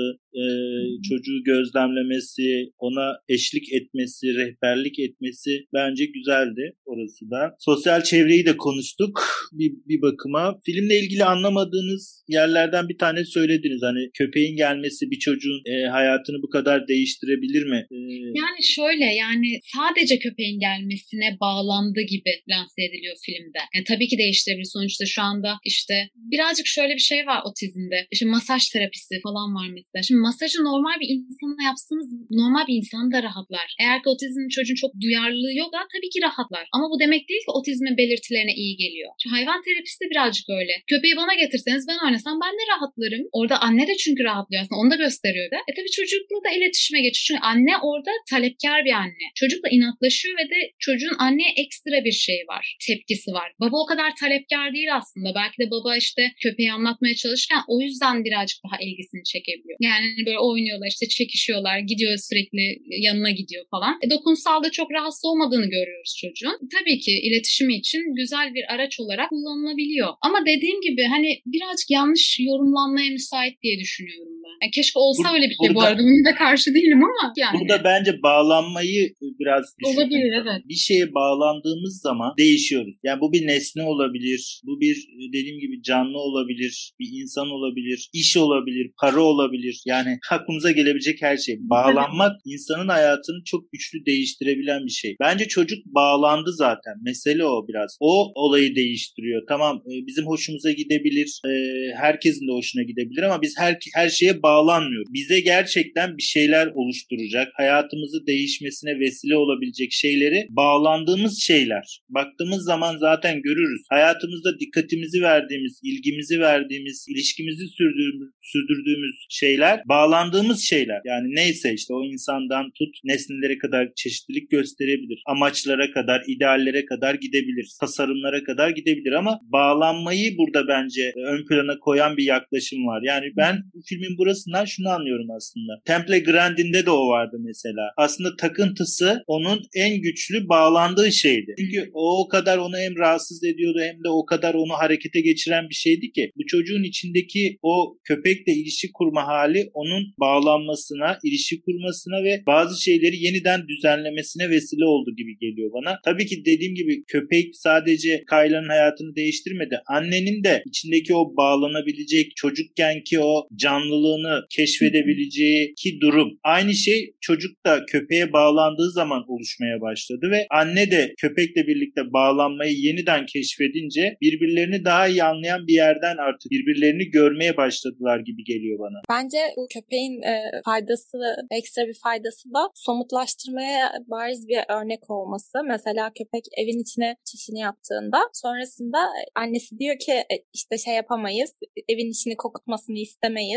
çocuğu gözlemlemesi, ona eşlik etmesi, rehberlik etmesi bence güzeldi orası da. Sosyal çevreyi de konuştuk bir bakıma. Filmle ilgili anlamadığınız yerlerden bir tane söylediniz. Hani köpeğin gelmesi bir çocuğun hayatını bu kadar değiştirebilir mi? Yani şöyle, yani sadece köpeğin gelmesine bağlandığı gibi lanse ediliyor filmde. Yani tabii ki değiştirebilir. Sonuçta şu anda işte birazcık şöyle bir şey var otizmde. İşte masaj terapisi falan var mesela. Şimdi masajı normal bir insana yapsanız normal bir insan da rahatlar. Eğer ki otizmli çocuğun çok duyarlılığı yok da tabii ki rahatlar. Ama bu demek değil ki otizmin belirtilerine iyi geliyor. Şimdi hayvan terapisi de birazcık öyle. Köpeği bana getirseniz, ben oynasam ben de rahatlarım. Orada anne de çünkü rahatlıyor aslında. Onu da gösteriyor da. Tabii çocukla da iletişime geçiyor. Çünkü anne orada talepkar bir anne. Çocukla inatlaşıyor ve de çocuğun anneye ekstra bir şey var. Tepkisi var. Baba o kadar talepkar değil aslında. Belki de baba işte köpeği anlatmaya çalışırken o yüzden birazcık daha ilgisini çekebiliyor. Yani böyle oynuyorlar, işte çekişiyorlar, gidiyor sürekli yanına gidiyor falan. Dokunsal da çok rahatsız olmadığını görüyoruz çocuğun. Tabii ki iletişimi için güzel bir araç olarak kullanılabiliyor. Ama dediğim gibi hani birazcık yanlış yorumlanmaya müsait diye düşünüyorum ben. Yani keşke olsa öyle bir şey bu arada. Bunun da karşı değilim ama yani. Burada bence bağlanmayı biraz olabilir, evet. Bir şeye bağlandığımız zaman değişiyoruz. Yani bu bir nesne olabilir, bu bir dediğim gibi canlı olabilir, bir insan olabilir, iş olabilir, para olabilir. Yani aklımıza gelebilecek her şey. Bağlanmak insanın hayatını çok güçlü değiştirebilen bir şey. Bence çocuk bağlandı zaten. Mesele o biraz. O olayı değiştiriyor. Tamam, bizim hoşumuza gidebilir, herkesin de hoşuna gidebilir ama biz her şeye bağlanmıyoruz. Bize gerçekten bir şeyler oluşturacak, hayatımızı değişmesine vesile olabilecek şeyleri, bağlandığımız şeyler. Baktığımız zaman zaten görürüz. Hayatımızda dikkatimizi verdiğimiz, ilgimizi verdiğimiz, ilişkimizi sürdürdüğümüz şeyler, bağlandığımız şeyler. Yani neyse işte o insandan tut nesnelere kadar çeşitlilik gösterebilir. Amaçlara kadar, ideallere kadar gidebilir. Tasarımlara kadar gidebilir ama bağlanmayı burada bence ön plana koyan bir yaklaşım var. Yani ben bu filmin burasından şunu anlıyorum aslında. Temple Grandin'de de o vardı mesela. Aslında takıntısı onun en güçlü bağlandığı şeydi. Çünkü o kadar onu hem rahatsız ediyordu hem de o kadar onu harekete geçiren bir şeydi ki bu çocuğun içindeki o köpekle ilişki kurma hali onun bağlanmasına, ilişki kurmasına ve bazı şeyleri yeniden düzenlemesine vesile oldu gibi geliyor bana. Tabii ki dediğim gibi köpek sadece Kayla'nın hayatını değiştirmedi. Annenin de içindeki o bağlanabilecek, çocukkenki o canlılığını keşfedebileceği ki durum. Aynı şey çocuk da köpeğe bağlandığı zaman oluşmaya başladı ve anne de köpekle birlikte bağlanmayı yeniden keşfedince birbirlerini daha iyi anlayan bir yerden artık birbirlerini görmeye başladılar gibi geliyor bana. Bence bu köpeğin faydası, ekstra bir faydası da somutlaştırmaya bariz bir örnek olması. Mesela köpek evin içine çişini yaptığında sonrasında annesi diyor ki işte şey yapamayız, evin içini kokutmasını istemeyiz, işte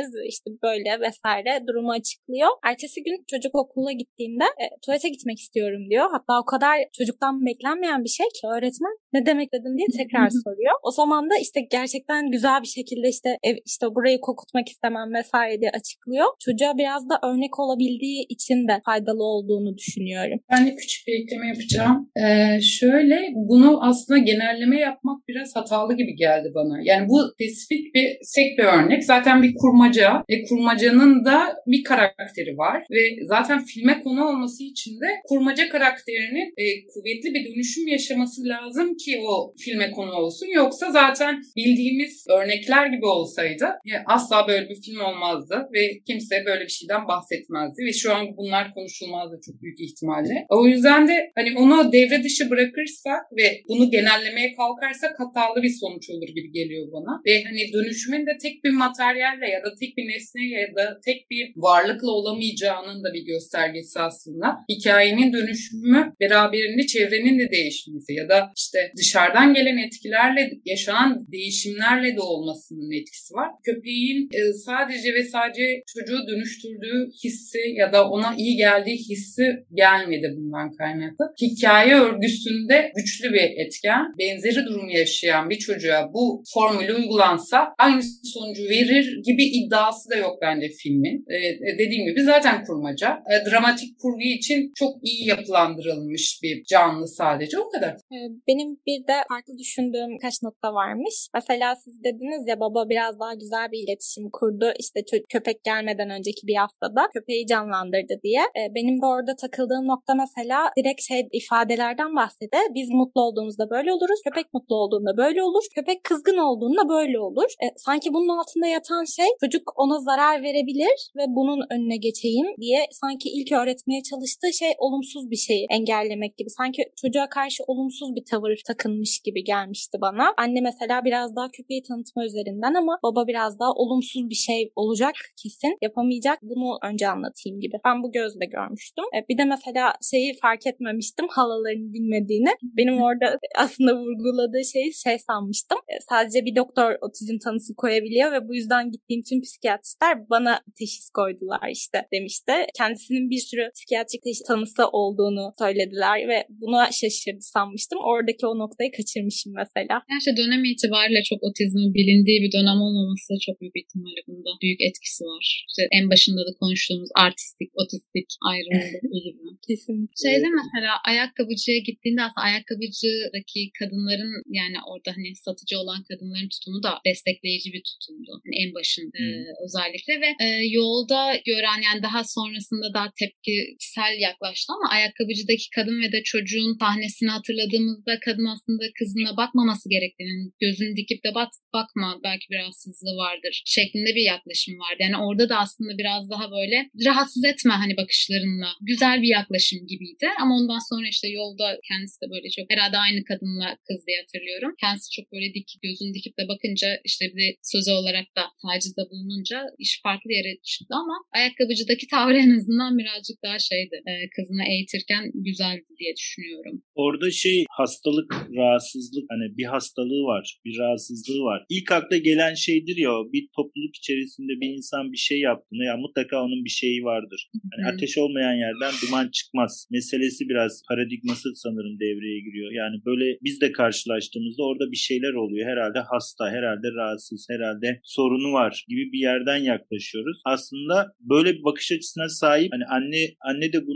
işte böyle vesaire durumu açıklıyor. Ertesi gün çocuk okula gittiğinde tuvalete gitmek istiyorum diyor. Hatta o kadar çocuktan beklenmeyen bir şey ki öğretmen ne demek dedim diye tekrar soruyor. O zaman da işte gerçekten güzel bir şekilde işte burayı kokutmak istemem vesaire diye açıklıyor. Çocuğa biraz da örnek olabildiği için de faydalı olduğunu düşünüyorum. Ben de küçük bir ekleme yapacağım. Şöyle, bunu aslında genelleme yapmak biraz hatalı gibi geldi bana. Yani bu spesifik bir örnek. Zaten bir kurmaca ve kurmacanın da bir karakteri var ve zaten filme konu olması için de kurmaca karakterinin kuvvetli bir dönüşüm yaşaması lazım ki o filme konu olsun. Yoksa zaten bildiğimiz örnekler gibi olsaydı asla böyle bir film olmazdı ve kimse böyle bir şeyden bahsetmezdi ve şu an bunlar konuşulmazdı çok büyük ihtimalle. O yüzden de hani onu devre dışı bırakırsak ve bunu genellemeye kalkarsak hatalı bir sonuç olur gibi geliyor bana. Ve hani dönüşümün de tek bir materyalle ya da tek bir nesneyle ya da tek bir varlıkla olamayacağının da bir göstergesi aslında. Hikayenin dönüşümü beraberinde çevrenin de değişmesi ya da işte dışarıdan gelen etkilerle yaşanan değişimlerle de olmasının etkisi var. Köpeğin sadece ve sadece çocuğu dönüştürdüğü hissi ya da ona iyi geldiği hissi gelmedi bundan kaynaklı. Hikaye örgüsünde güçlü bir etken. Benzeri durumu yaşayan bir çocuğa bu formülü uygulansa aynı sonucu verir gibi iddiası da yok bence filmin. Dediğim gibi zaten kurmaca. Dramatik kurgu için çok iyi yapılandırılmış bir canlı sadece. O kadar. Benim bir de farklı düşündüğüm birkaç nokta varmış. Mesela siz dediniz ya baba biraz daha güzel bir iletişim kurdu. İşte köpek gelmeden önceki bir haftada köpeği canlandırdı diye. Benim de orada takıldığım nokta mesela direkt ifadelerden bahsede. Biz mutlu olduğumuzda böyle oluruz. Köpek mutlu olduğunda böyle olur. Köpek kızgın olduğunda böyle olur. Sanki bunun altında yatan şey çocuk ona zarar verebilir ve bunun önüne geçeyim diye sanki ilk öğretmeye çalıştığı şey olumsuz bir şeyi engellemek gibi. Sanki çocuğa karşı olumsuz bir tavır takınmış gibi gelmişti bana. Anne mesela biraz daha köpeği tanıtma üzerinden ama baba biraz daha olumsuz bir şey olacak kesin. Yapamayacak. Bunu önce anlatayım gibi. Ben bu gözle görmüştüm. Bir de mesela şeyi fark etmemiştim. Halaların bilmediğini. Benim orada aslında vurguladığı şeyi sanmıştım. Sadece bir doktor otizm tanısı koyabiliyor ve bu yüzden gittiğim tüm psikiyatristler bana teşhis koydular işte demişti. Kendisinin bir sürü psikiyatrik tanısı olduğunu söylediler ve buna şaşırdı sanmıştım. Oradaki o noktayı kaçırmışım mesela. Yani işte dönem itibariyle çok otizmin bilindiği bir dönem olmaması çok büyük ihtimalle bunda büyük etkisi var. İşte en başında da konuştuğumuz artistik, otistik ayrımında gibi. Kesinlikle. Şeyde mesela ayakkabıcıya gittiğinde aslında ayakkabıcıdaki kadınların yani orada hani satıcı olan kadınların tutumu da destekleyici bir tutumdu. Yani en başında özellikle ve yolda gören yani daha sonrasında daha tepkisel yaklaştı ama ayakkabıcıdaki kadın ve de çocuğun sahnesini hatırladığımızda kadın aslında kızına bakmaması gerektiğini, gözünü dikip de bakma belki bir rahatsızlığı vardır şeklinde bir yaklaşım vardı. Yani orada da aslında biraz daha böyle rahatsız etme hani bakışlarınla güzel bir yaklaşım gibiydi ama ondan sonra işte yolda kendisi de böyle çok herhalde aynı kadınla kız diye hatırlıyorum. Kendisi çok böyle gözünü dikip de bakınca işte bir de söze olarak da tacizde bulununca iş farklı yere çıktı ama ayakkabıcıdaki tavrı en azından birazcık daha şeydi. Kızını eğitirken güzeldi diye düşünüyorum. Orada hastalık, rahatsızlık hani bir hastalığı var, bir rahatsızlığı var. İlk akla gelen şeydir ya bir topluluk içerisinde bir insan bir şey yaptığında ya mutlaka onun bir şeyi vardır. Yani ateş olmayan yerden duman çıkmaz. Meselesi biraz paradigması sanırım devreye giriyor. Yani böyle biz de karşılaştığımızda orada bir şeyler oluyor. Herhalde hasta, herhalde rahatsız, herhalde sorunu var gibi bir yerden yaklaşıyoruz. Aslında böyle bir bakış açısına sahip hani anne de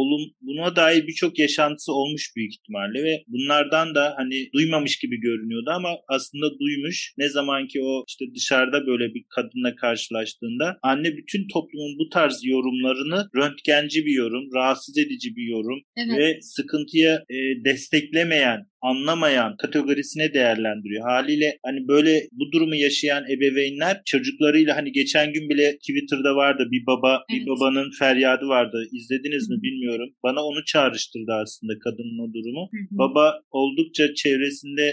buna dair birçok yaşantısı olmuş büyük ihtimalle ve bunlardan da hani duymamış gibi görünüyordu ama aslında duymuş. Ne zaman ki o işte dışarıda böyle bir kadınla karşılaştığında anne bütün toplumun bu tarz yorumlarını röntgenci bir yorum, rahatsız edici bir yorum ve sıkıntıya desteklemeyen, anlamayan kategorisine değerlendiriyor. Haliyle hani böyle bu durumu yaşayan ebeveynler çocuklarıyla hani geçen gün bile Twitter'da vardı bir babanın feryadı vardı. İzlediniz mi bilmiyorum. Bana onu çağrıştırdı aslında kadının o durumu. Baba oldukça çevresinde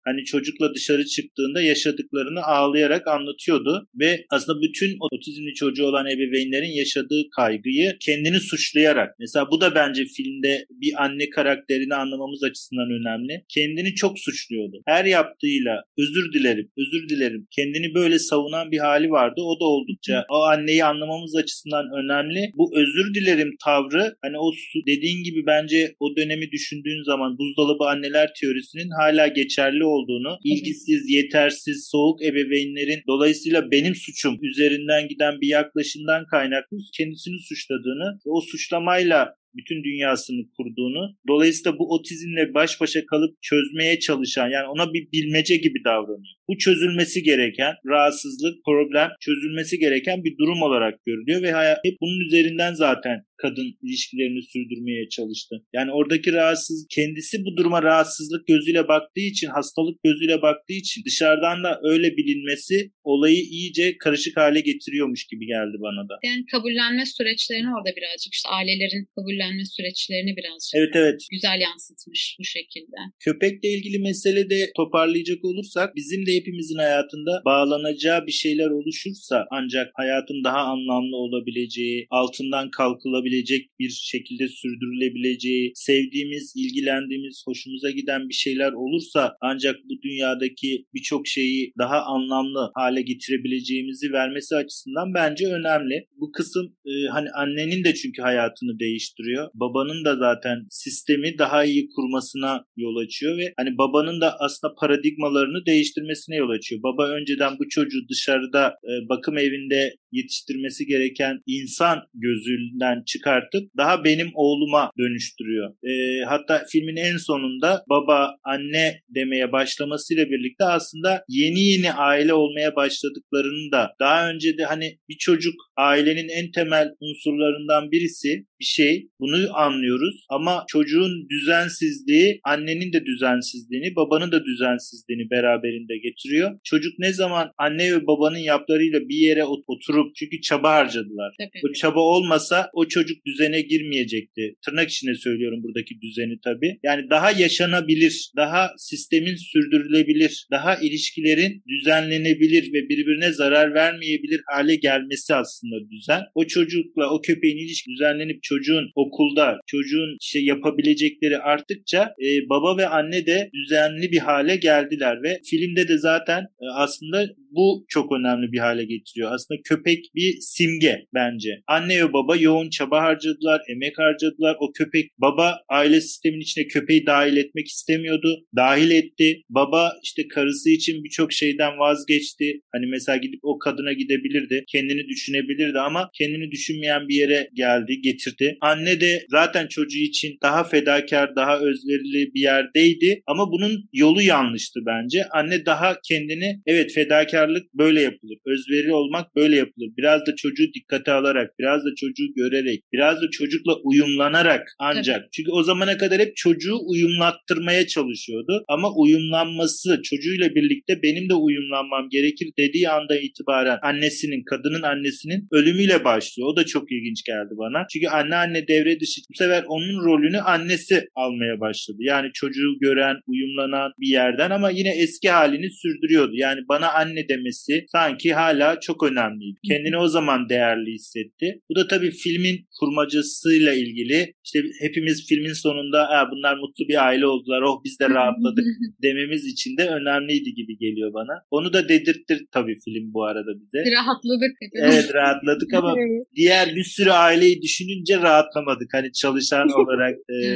hani çocukla dışarı çıktığında yaşadıklarını ağlayarak anlatıyordu ve aslında bütün otizmli çocuğu olan ebeveynlerin yaşadığı kaygıyı kendini suçlayarak, mesela bu da bence filmde bir anne karakterini anlamamız açısından önemli. Kendini çok suçluyordu. Her yaptığıyla özür dilerim, özür dilerim. Kendini böyle savunan bir hali vardı. O da oldukça o anneyi anlamamız açısından önemli. Bu özür dilerim tavrı, hani o dediğin gibi bence o dönemi düşündüğün zaman buzdolabı anneler teorisinin hala geçerli olduğunu, ilgisiz, yetersiz, soğuk ebeveynlerin dolayısıyla benim suçum üzerinden giden bir yaklaşımdan kaynaklı kendisini suçladığını ve o suçlamayla bütün dünyasını kurduğunu, dolayısıyla bu otizmle baş başa kalıp çözmeye çalışan, yani ona bir bilmece gibi davranıyor. Bu çözülmesi gereken rahatsızlık, problem çözülmesi gereken bir durum olarak görülüyor ve hep bunun üzerinden zaten kadın ilişkilerini sürdürmeye çalıştı. Yani oradaki rahatsız, kendisi bu duruma rahatsızlık gözüyle baktığı için, hastalık gözüyle baktığı için dışarıdan da öyle bilinmesi olayı iyice karışık hale getiriyormuş gibi geldi bana da. Yani kabullenme süreçlerini orada birazcık, işte ailelerin kabullenme süreçlerini birazcık evet. güzel yansıtmış bu şekilde. Köpekle ilgili mesele de toparlayacak olursak, bizim de hepimizin hayatında bağlanacağı bir şeyler oluşursa ancak hayatın daha anlamlı olabileceği, altından kalkılabilecek bir şekilde sürdürülebileceği, sevdiğimiz, ilgilendiğimiz, hoşumuza giden bir şeyler olursa ancak bu dünyadaki birçok şeyi daha anlamlı hale getirebileceğimizi vermesi açısından bence önemli. Bu kısım hani annenin de çünkü hayatını değiştiriyor. Babanın da zaten sistemi daha iyi kurmasına yol açıyor ve hani babanın da aslında paradigmalarını değiştirmesine yol açıyor. Baba önceden bu çocuğu dışarıda bakım evinde yetiştirmesi gereken insan gözünden çıkartıp daha benim oğluma dönüştürüyor. Hatta filmin en sonunda baba, anne demeye başlamasıyla birlikte aslında yeni aile olmaya başladıklarını da, daha önce de hani bir çocuk ailenin en temel unsurlarından birisi bir şey. Bunu anlıyoruz ama çocuğun düzensizliği annenin de düzensizliğini, babanın da düzensizliğini beraberinde getiriyor. Çocuk ne zaman anne ve babanın yaptılarıyla bir yere oturup, çünkü çaba harcadılar. Tabii. O çaba olmasa o çocuk düzene girmeyecekti. Tırnak içinde söylüyorum buradaki düzeni tabii. Yani daha yaşanabilir, daha sistemin sürdürülebilir, daha ilişkilerin düzenlenebilir ve birbirine zarar vermeyebilir hale gelmesi aslında düzen. O çocukla o köpeğin ilişki düzenlenip çocuğun okulda, çocuğun yapabilecekleri arttıkça baba ve anne de düzenli bir hale geldiler ve filmde de zaten aslında bu çok önemli bir hale getiriyor. Aslında köpek bir simge bence. Anne ve baba yoğun çaba harcadılar, emek harcadılar. O köpek, baba aile sistemin içine köpeği dahil etmek istemiyordu. Dahil etti. Baba işte karısı için birçok şeyden vazgeçti. Hani mesela gidip o kadına gidebilirdi. Kendini düşünebilirdi ama kendini düşünmeyen bir yere geldi, getirdi. Anne de zaten çocuğu için daha fedakar, daha özverili bir yerdeydi ama bunun yolu yanlıştı bence. Anne daha kendini, evet fedakarlık böyle yapılır, özverili olmak böyle yapılır. Biraz da çocuğu dikkate alarak, biraz da çocuğu görerek, biraz da çocukla uyumlanarak ancak. Evet. Çünkü o zamana kadar hep çocuğu uyumlattırmaya çalışıyordu ama uyumlanması, çocuğuyla birlikte benim de uyumlanmam gerekir dediği anda itibaren annesinin, kadının annesinin ölümüyle başlıyor. O da çok ilginç geldi bana. Çünkü anne devre dışı, bu sefer onun rolünü annesi almaya başladı. Yani çocuğu gören, uyumlanan bir yerden ama yine eski halini sürdürüyordu. Yani bana anne demesi sanki hala çok önemliydi. Kendini o zaman değerli hissetti. Bu da tabii filmin kurmacasıyla ilgili. İşte hepimiz filmin sonunda bunlar mutlu bir aile oldular, oh biz de rahatladık dememiz için de önemliydi gibi geliyor bana. Onu da dedirttir tabii film bu arada bize. Rahatladık. Evet, rahatladık ama diğer bir sürü aileyi düşününce rahatlamadık. Hani çalışan olarak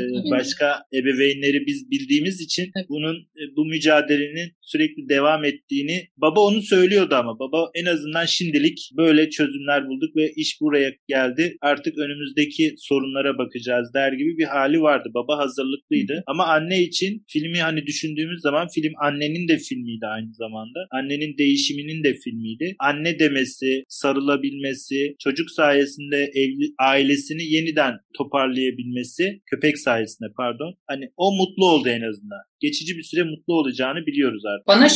başka ebeveynleri biz bildiğimiz için bu mücadelenin sürekli devam ettiğini, baba onu söylüyordu ama baba en azından şimdilik böyle çözümler bulduk ve iş buraya geldi. Artık önümüzdeki sorunlara bakacağız der gibi bir hali vardı. Baba hazırlıklıydı. Ama anne için filmi hani düşündüğümüz zaman film annenin de filmiydi aynı zamanda. Annenin değişiminin de filmiydi. Anne demesi, sarılabilmesi, çocuk sayesinde ailesini yeniden toparlayabilmesi, köpek sayesinde pardon. Hani o mutlu oldu en azından. Geçici bir süre mutlu olacağını biliyoruz artık. Bana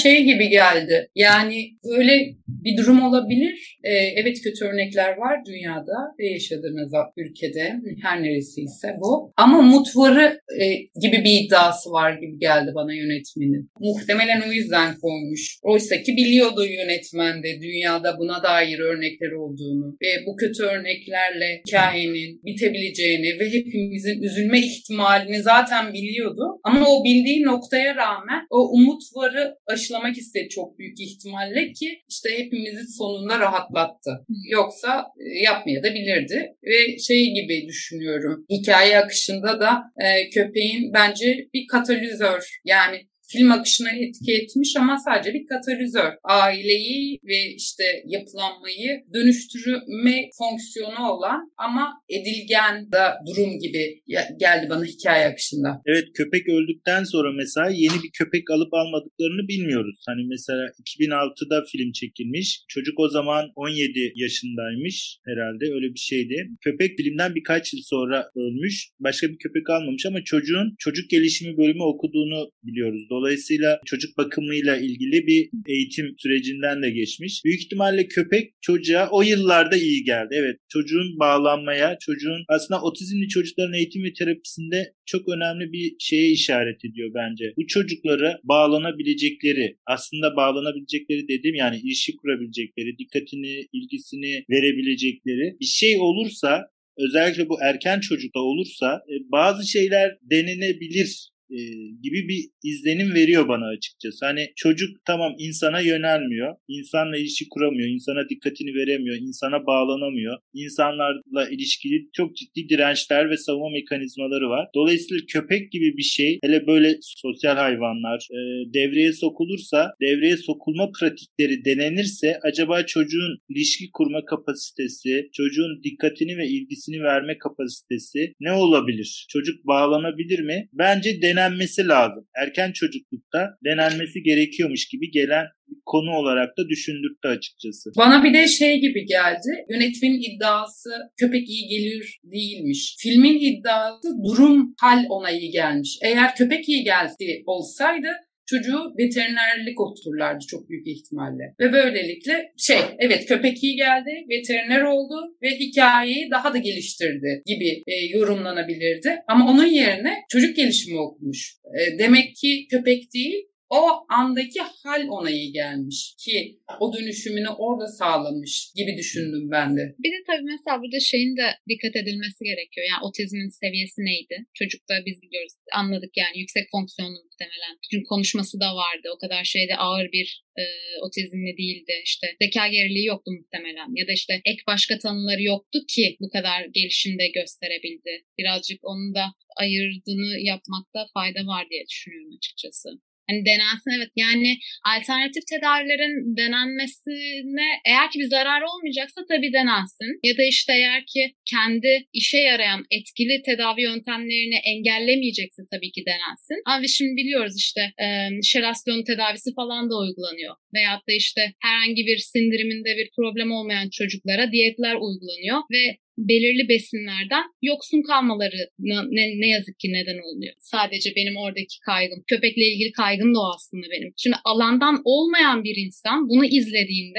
şey gibi geldi. Yani böyle bir durum olabilir. Evet, kötü örnekler var dünyada ve yaşadığınız ülkede, her neresiyse bu. Ama umut varı gibi bir iddiası var gibi geldi bana yönetmenin. Muhtemelen o yüzden koymuş. Oysa ki biliyordu yönetmen de dünyada buna dair örnekler olduğunu ve bu kötü örneklerle hikayenin bitebileceğini ve hepimizin üzülme ihtimalini zaten biliyordu. Ama o bildiği noktaya rağmen o umut varı aşılamak istedi çok büyük ihtimalle ki işte hepimizi sonunda rahatlattı. Yoksa yapmaya da bilirdi. Ve şey gibi düşünüyorum. Hikaye akışında da köpeğin bence bir katalizör. Yani film akışına etki etmiş ama sadece bir katalizör. Aileyi ve işte yapılanmayı dönüştürme fonksiyonu olan ama edilgen da durum gibi geldi bana hikaye akışında. Evet, köpek öldükten sonra mesela yeni bir köpek alıp almadıklarını bilmiyoruz. Hani mesela 2006'da film çekilmiş. Çocuk o zaman 17 yaşındaymış herhalde, öyle bir şeydi. Köpek filmden birkaç yıl sonra ölmüş. Başka bir köpek almamış ama çocuğun çocuk gelişimi bölümü okuduğunu biliyoruz. Dolayısıyla çocuk bakımıyla ilgili bir eğitim sürecinden de geçmiş. Büyük ihtimalle köpek çocuğa o yıllarda iyi geldi. Evet, çocuğun bağlanmaya, çocuğun aslında otizmli çocukların eğitim ve terapisinde çok önemli bir şeye işaret ediyor bence. Bu çocuklara bağlanabilecekleri, aslında bağlanabilecekleri dediğim yani ilişki kurabilecekleri, dikkatini, ilgisini verebilecekleri bir şey olursa, özellikle bu erken çocukta olursa bazı şeyler denenebilir gibi bir izlenim veriyor bana açıkçası. Hani çocuk tamam insana yönelmiyor, insanla ilişki kuramıyor, insana dikkatini veremiyor, insana bağlanamıyor. İnsanlarla ilişkili çok ciddi dirençler ve savunma mekanizmaları var. Dolayısıyla köpek gibi bir şey, hele böyle sosyal hayvanlar devreye sokulursa, devreye sokulma pratikleri denenirse acaba çocuğun ilişki kurma kapasitesi, çocuğun dikkatini ve ilgisini verme kapasitesi ne olabilir? Çocuk bağlanabilir mi? Bence denenmesi lazım. Erken çocuklukta denenmesi gerekiyormuş gibi gelen bir konu olarak da düşündürttü açıkçası. Bana bir de şey gibi geldi. Yönetmenin iddiası köpek iyi gelir değilmiş. Filmin iddiası durum hal ona iyi gelmiş. Eğer köpek iyi geldi olsaydı çocuğu veterinerlik otururlardı çok büyük ihtimalle. Ve böylelikle evet köpek iyi geldi, veteriner oldu ve hikayeyi daha da geliştirdi gibi yorumlanabilirdi. Ama onun yerine çocuk gelişimi okumuş. Demek ki köpek değil, o andaki hal ona iyi gelmiş ki o dönüşümünü orada sağlamış gibi düşündüm ben de. Bir de tabii mesela burada şeyin de dikkat edilmesi gerekiyor. Yani otizmin seviyesi neydi? Çocukta biz biliyoruz, anladık yani yüksek fonksiyonlu muhtemelen. Çünkü konuşması da vardı. O kadar şeyde ağır bir otizmli değildi. İşte zeka geriliği yoktu muhtemelen. Ya da işte ek başka tanıları yoktu ki bu kadar gelişimde gösterebildi. Birazcık onun da ayırdığını yapmakta fayda var diye düşünüyorum açıkçası. Hani denensin, evet, yani alternatif tedavilerin denenmesine eğer ki bir zarar olmayacaksa tabii denensin. Ya da işte eğer ki kendi işe yarayan etkili tedavi yöntemlerini engellemeyecekse tabii ki denensin. Ama şimdi biliyoruz işte şelasyon tedavisi falan da uygulanıyor. Veyahut da işte herhangi bir sindiriminde bir problem olmayan çocuklara diyetler uygulanıyor ve belirli besinlerden yoksun kalmaları ne yazık ki neden oluyor. Sadece benim oradaki kaygım, köpekle ilgili kaygım da o aslında benim. Şimdi alandan olmayan bir insan bunu izlediğinde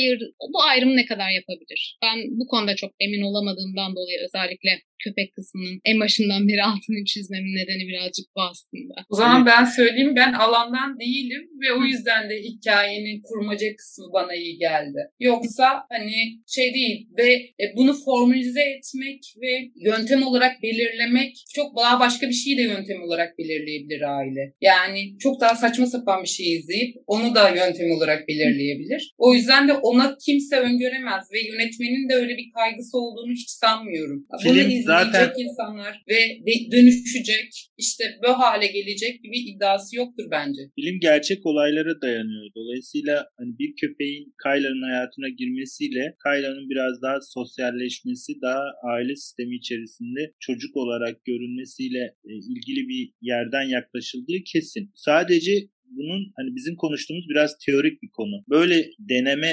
bu ayrımı ne kadar yapabilir? Ben bu konuda çok emin olamadığımdan dolayı özellikle köpek kısmının en başından beri altını çizmemin nedeni birazcık bu aslında. O zaman ben söyleyeyim, ben alandan değilim ve o yüzden de hikayenin kurmaca kısmı bana iyi geldi. Yoksa hani şey değil ve bunu formülize etmek ve yöntem olarak belirlemek, çok daha başka bir şeyi de yöntem olarak belirleyebilir aile. Yani çok daha saçma sapan bir şey izleyip onu da yöntem olarak belirleyebilir. O yüzden de ona kimse öngöremez ve yönetmenin de öyle bir kaygısı olduğunu hiç sanmıyorum. Bunu zaten insanlar ve dönüşecek, işte bu hale gelecek bir iddiası yoktur bence. Film gerçek olaylara dayanıyor. Dolayısıyla hani bir köpeğin Kyle'ın hayatına girmesiyle Kyle'ın biraz daha sosyalleşmesi, daha aile sistemi içerisinde çocuk olarak görünmesiyle ilgili bir yerden yaklaşıldığı kesin. Sadece bunun hani bizim konuştuğumuz biraz teorik bir konu. Böyle deneme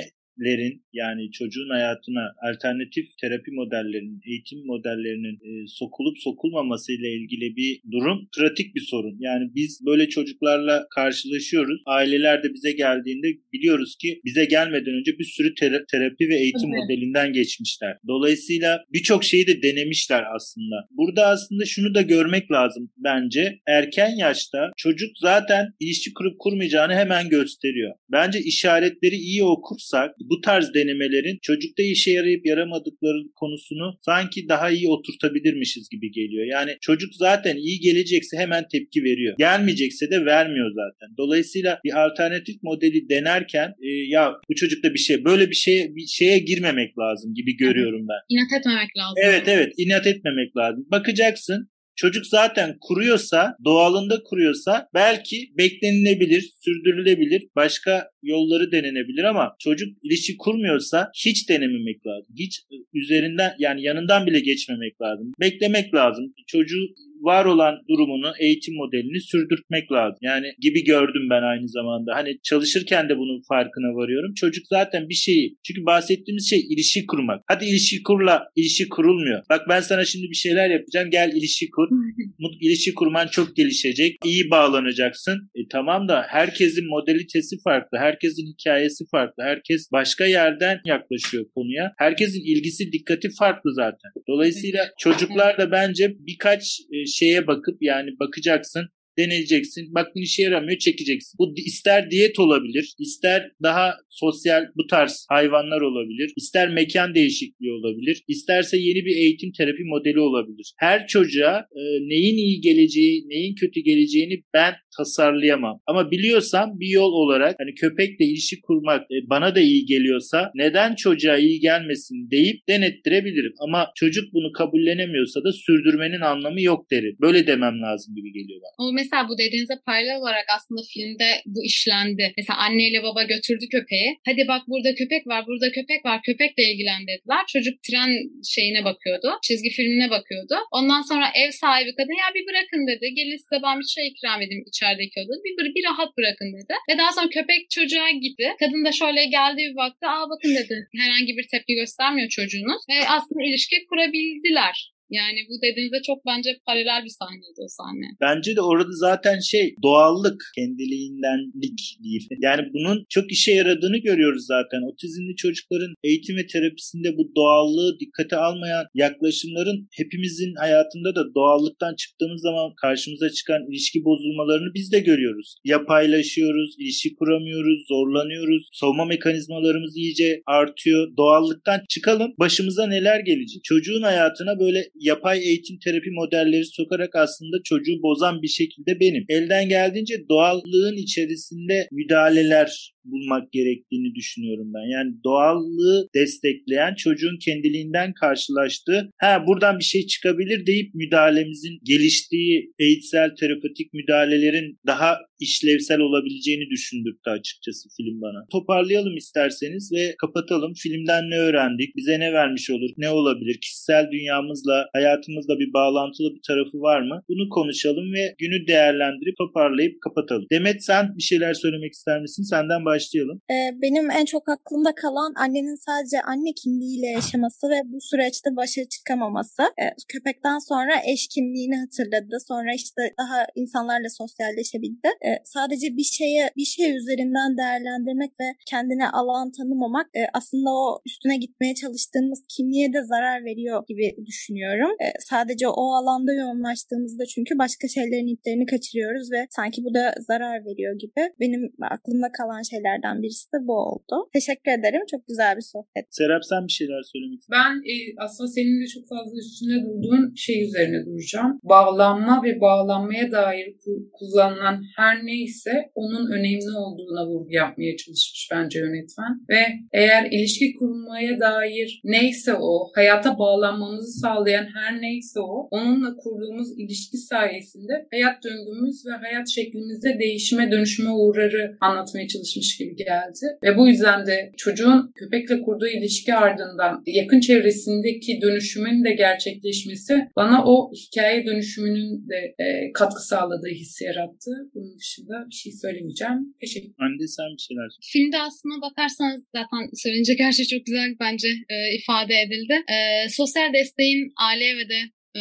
tedavilerin yani çocuğun hayatına alternatif terapi modellerinin, eğitim modellerinin sokulup sokulmaması ile ilgili bir durum pratik bir sorun. Yani biz böyle çocuklarla karşılaşıyoruz. Aileler de bize geldiğinde biliyoruz ki bize gelmeden önce bir sürü terapi ve eğitim modelinden geçmişler. Dolayısıyla birçok şeyi de denemişler aslında. Burada aslında şunu da görmek lazım bence. Erken yaşta çocuk zaten ilişki kurup kurmayacağını hemen gösteriyor. Bence işaretleri iyi okursak bu tarz denemelerin çocukta işe yarayıp yaramadıkları konusunu sanki daha iyi oturtabilirmişiz gibi geliyor. Yani çocuk zaten iyi gelecekse hemen tepki veriyor. Gelmeyecekse de vermiyor zaten. Dolayısıyla bir alternatif modeli denerken ya bu çocukta böyle bir şeye girmemek lazım gibi görüyorum ben. İnat etmemek lazım. Evet, inat etmemek lazım. Bakacaksın. Çocuk zaten kuruyorsa, doğalında kuruyorsa belki beklenilebilir, sürdürülebilir, başka yolları denenebilir ama çocuk ilişki kurmuyorsa hiç denememek lazım. Hiç üzerinden yani yanından bile geçmemek lazım. Beklemek lazım. Çocuğu var olan durumunu, eğitim modelini sürdürtmek lazım. Yani gibi gördüm ben aynı zamanda. Hani çalışırken de bunun farkına varıyorum. Çocuk zaten bir şeyi, çünkü bahsettiğimiz şey ilişki kurmak. Hadi ilişki kurla, ilişki kurulmuyor. Bak ben sana şimdi bir şeyler yapacağım, gel ilişki kur. İlişki kurman çok gelişecek. İyi bağlanacaksın. Tamam da herkesin modalitesi farklı. Herkesin hikayesi farklı. Herkes başka yerden yaklaşıyor konuya. Herkesin ilgisi, dikkati farklı zaten. Dolayısıyla çocuklar da bence birkaç şeye bakıp yani bakacaksın, deneyeceksin. Bak bu işe yaramıyor, çekeceksin. Bu ister diyet olabilir, ister daha sosyal bu tarz hayvanlar olabilir, ister mekan değişikliği olabilir, isterse yeni bir eğitim terapi modeli olabilir. Her çocuğa neyin iyi geleceği, neyin kötü geleceğini ben tasarlayamam. Ama biliyorsam bir yol olarak hani köpekle ilişki kurmak bana da iyi geliyorsa neden çocuğa iyi gelmesin deyip denettirebilirim. Ama çocuk bunu kabullenemiyorsa da sürdürmenin anlamı yok derim. Böyle demem lazım gibi geliyor bana. O mesela bu dediğinize paralel olarak aslında filmde bu işlendi. Mesela anneyle baba götürdü köpeği. Hadi bak burada köpek var, burada köpek var. Köpekle ilgilen dediler. Çocuk tren şeyine bakıyordu. Çizgi filmine bakıyordu. Ondan sonra ev sahibi kadın ya bir bırakın dedi. Gelin size ben bir şey ikram edeyim içerideki odada. Bir rahat bırakın dedi. Ve daha sonra köpek çocuğa gitti. Kadın da şöyle geldi bir baktı. Aa bakın dedi. Herhangi bir tepki göstermiyor çocuğunuz. Ve aslında ilişki kurabildiler. Yani bu dediğinizde çok bence paralel bir sahneydi o sahne. Bence de orada zaten doğallık, kendiliğindenlik diyeyim. Yani bunun çok işe yaradığını görüyoruz zaten. Otizmli çocukların eğitim ve terapisinde bu doğallığı dikkate almayan yaklaşımların hepimizin hayatında da doğallıktan çıktığımız zaman karşımıza çıkan ilişki bozulmalarını biz de görüyoruz. Yapaylaşıyoruz, ilişki kuramıyoruz, zorlanıyoruz. Savunma mekanizmalarımız iyice artıyor. Doğallıktan çıkalım, başımıza neler gelecek? Çocuğun hayatına böyle yapay eğitim terapi modelleri sokarak aslında çocuğu bozan bir şekilde benim. Elden geldiğince doğallığın içerisinde müdahaleler bulmak gerektiğini düşünüyorum ben. Yani doğallığı destekleyen, çocuğun kendiliğinden karşılaştığı, buradan bir şey çıkabilir deyip müdahalemizin geliştiği eğitsel terapetik müdahalelerin daha işlevsel olabileceğini düşündürttü açıkçası film bana. Toparlayalım isterseniz ve kapatalım. Filmden ne öğrendik? Bize ne vermiş olur? Ne olabilir? Kişisel dünyamızla, hayatımızla bir bağlantılı bir tarafı var mı? Bunu konuşalım ve günü değerlendirip toparlayıp kapatalım. Demet sen bir şeyler söylemek ister misin? Senden başlayalım. Benim en çok aklımda kalan annenin sadece anne kimliğiyle yaşaması ve bu süreçte başa çıkamaması. Köpekten sonra eş kimliğini hatırladı. Sonra işte daha insanlarla sosyalleşebildi. Sadece bir şey üzerinden değerlendirmek ve kendine alan tanımamak aslında o üstüne gitmeye çalıştığımız kimliğe de zarar veriyor gibi düşünüyorum. Sadece o alanda yoğunlaştığımızda çünkü başka şeylerin iplerini kaçırıyoruz ve sanki bu da zarar veriyor gibi. Benim aklımda kalan şeylerden birisi de bu oldu. Teşekkür ederim. Çok güzel bir sohbet. Serap sen bir şeyler söylemek istiyorsun. Ben aslında senin de çok fazla üstünde durduğun şey üzerine duracağım. Bağlanma ve bağlanmaya dair kullanılan her neyse onun önemli olduğuna vurgu yapmaya çalışmış bence yönetmen. Ve eğer ilişki kurmaya dair neyse o, hayata bağlanmamızı sağlayan her neyse o, onunla kurduğumuz ilişki sayesinde hayat döngümüz ve hayat şeklimizde değişime dönüşüme uğrarı anlatmaya çalışmış yapmış gibi geldi. Ve bu yüzden de çocuğun köpekle kurduğu ilişki ardından yakın çevresindeki dönüşümün de gerçekleşmesi bana o hikaye dönüşümünün de katkı sağladığı hissi yarattı. Bunun dışında bir şey söylemeyeceğim. Teşekkür ederim. Hande sen bir şeyler söyle. Filmde aslına bakarsanız zaten söylenecek her şey çok güzel bence ifade edildi. Sosyal desteğin aileye ve de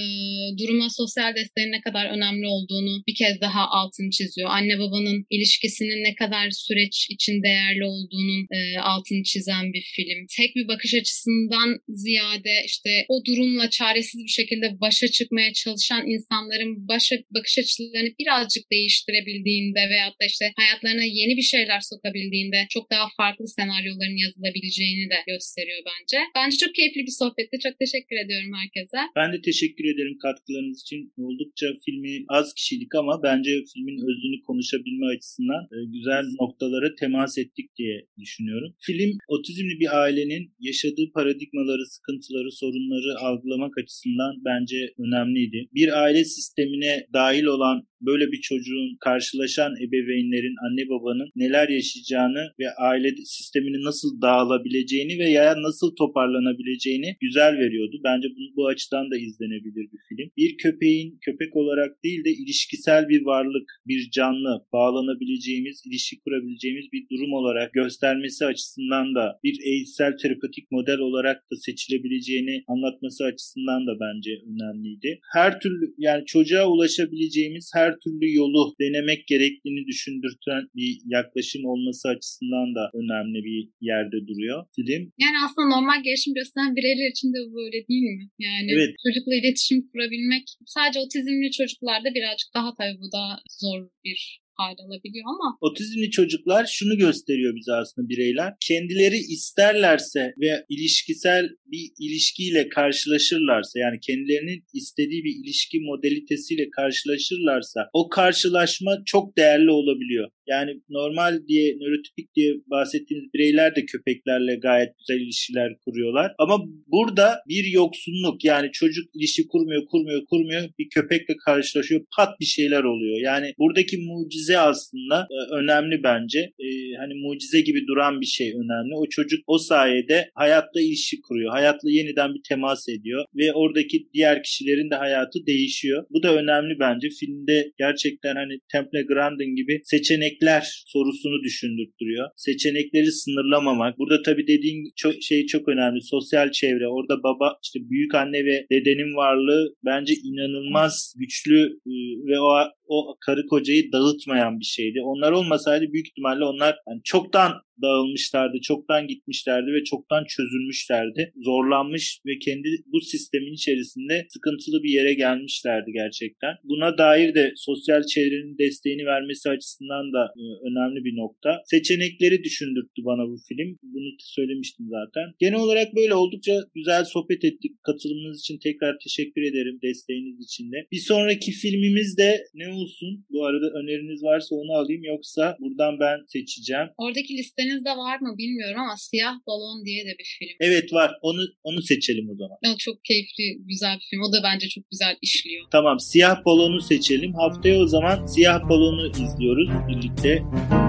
duruma sosyal desteğin ne kadar önemli olduğunu bir kez daha altını çiziyor. Anne babanın ilişkisinin ne kadar süreç için değerli olduğunun altını çizen bir film. Tek bir bakış açısından ziyade işte o durumla çaresiz bir şekilde başa çıkmaya çalışan insanların bakış açılarını birazcık değiştirebildiğinde veyahut da işte hayatlarına yeni bir şeyler sokabildiğinde çok daha farklı senaryoların yazılabileceğini de gösteriyor bence. Bence çok keyifli bir sohbetti. Çok teşekkür ediyorum herkese. Ben de teşekkür ederim katkılarınız için. Oldukça filmi az kişilik ama bence filmin özünü konuşabilme açısından güzel noktalara temas ettik diye düşünüyorum. Film otizmli bir ailenin yaşadığı paradigmaları, sıkıntıları, sorunları algılamak açısından bence önemliydi. Bir aile sistemine dahil olan böyle bir çocuğun karşılaşan ebeveynlerin, anne babanın neler yaşayacağını ve aile sisteminin nasıl dağılabileceğini veya nasıl toparlanabileceğini güzel veriyordu. Bence bu açıdan da izlenebilir bir film. Bir köpeğin köpek olarak değil de ilişkisel bir varlık, bir canlı, bağlanabileceğimiz, ilişki kurabileceğimiz bir durum olarak göstermesi açısından da bir eğitsel terapetik model olarak da seçilebileceğini anlatması açısından da bence önemliydi. Her türlü yani çocuğa ulaşabileceğimiz her türlü yolu denemek gerektiğini düşündürten bir yaklaşım olması açısından da önemli bir yerde duruyor film. Yani aslında normal gelişim gösteren bireyler için de böyle değil mi? Yani evet. Çocukla iletişim kurabilmek sadece otizmli çocuklarda birazcık daha tabii bu da zor bir hal alabiliyor ama. Otizmli çocuklar şunu gösteriyor bize aslında bireyler. Kendileri isterlerse ve ilişkisel bir ilişkiyle karşılaşırlarsa yani kendilerinin istediği bir ilişki modalitesiyle karşılaşırlarsa o karşılaşma çok değerli olabiliyor. Yani normal diye, nörotipik diye bahsettiğimiz bireyler de köpeklerle gayet güzel ilişkiler kuruyorlar. Ama burada bir yoksunluk yani çocuk ilişki kurmuyor bir köpekle karşılaşıyor pat bir şeyler oluyor. Yani buradaki mucize aslında önemli bence. Hani mucize gibi duran bir şey önemli. O çocuk o sayede hayatla ilişki kuruyor. Hayatla yeniden bir temas ediyor ve oradaki diğer kişilerin de hayatı değişiyor. Bu da önemli bence. Filmde gerçekten hani Temple Grandin gibi seçenekler sorusunu düşündürtüyor. Seçenekleri sınırlamamak. Burada tabii dediğin çok önemli. Sosyal çevre. Orada baba, işte büyük anne ve dedenin varlığı bence inanılmaz güçlü ve o karı kocayı dağıtmayan bir şeydi. Onlar olmasaydı büyük ihtimalle onlar yani çoktan dağılmışlardı, çoktan gitmişlerdi ve çoktan çözülmüşlerdi. Zorlanmış ve kendi bu sistemin içerisinde sıkıntılı bir yere gelmişlerdi gerçekten. Buna dair de sosyal çevrenin desteğini vermesi açısından da önemli bir nokta. Seçenekleri düşündürttü bana bu film. Bunu söylemiştim zaten. Genel olarak böyle oldukça güzel sohbet ettik. Katılımınız için tekrar teşekkür ederim, desteğiniz için de. Bir sonraki filmimiz de ne olsun? Bu arada öneriniz varsa onu alayım yoksa buradan ben seçeceğim. Oradaki listenizde var mı bilmiyorum ama Siyah Balon diye de bir film. Evet var. Onu seçelim o zaman. O çok keyifli, güzel bir film. O da bence çok güzel işliyor. Tamam, Siyah Balon'u seçelim. Haftaya o zaman Siyah Balon'u izliyoruz birlikte.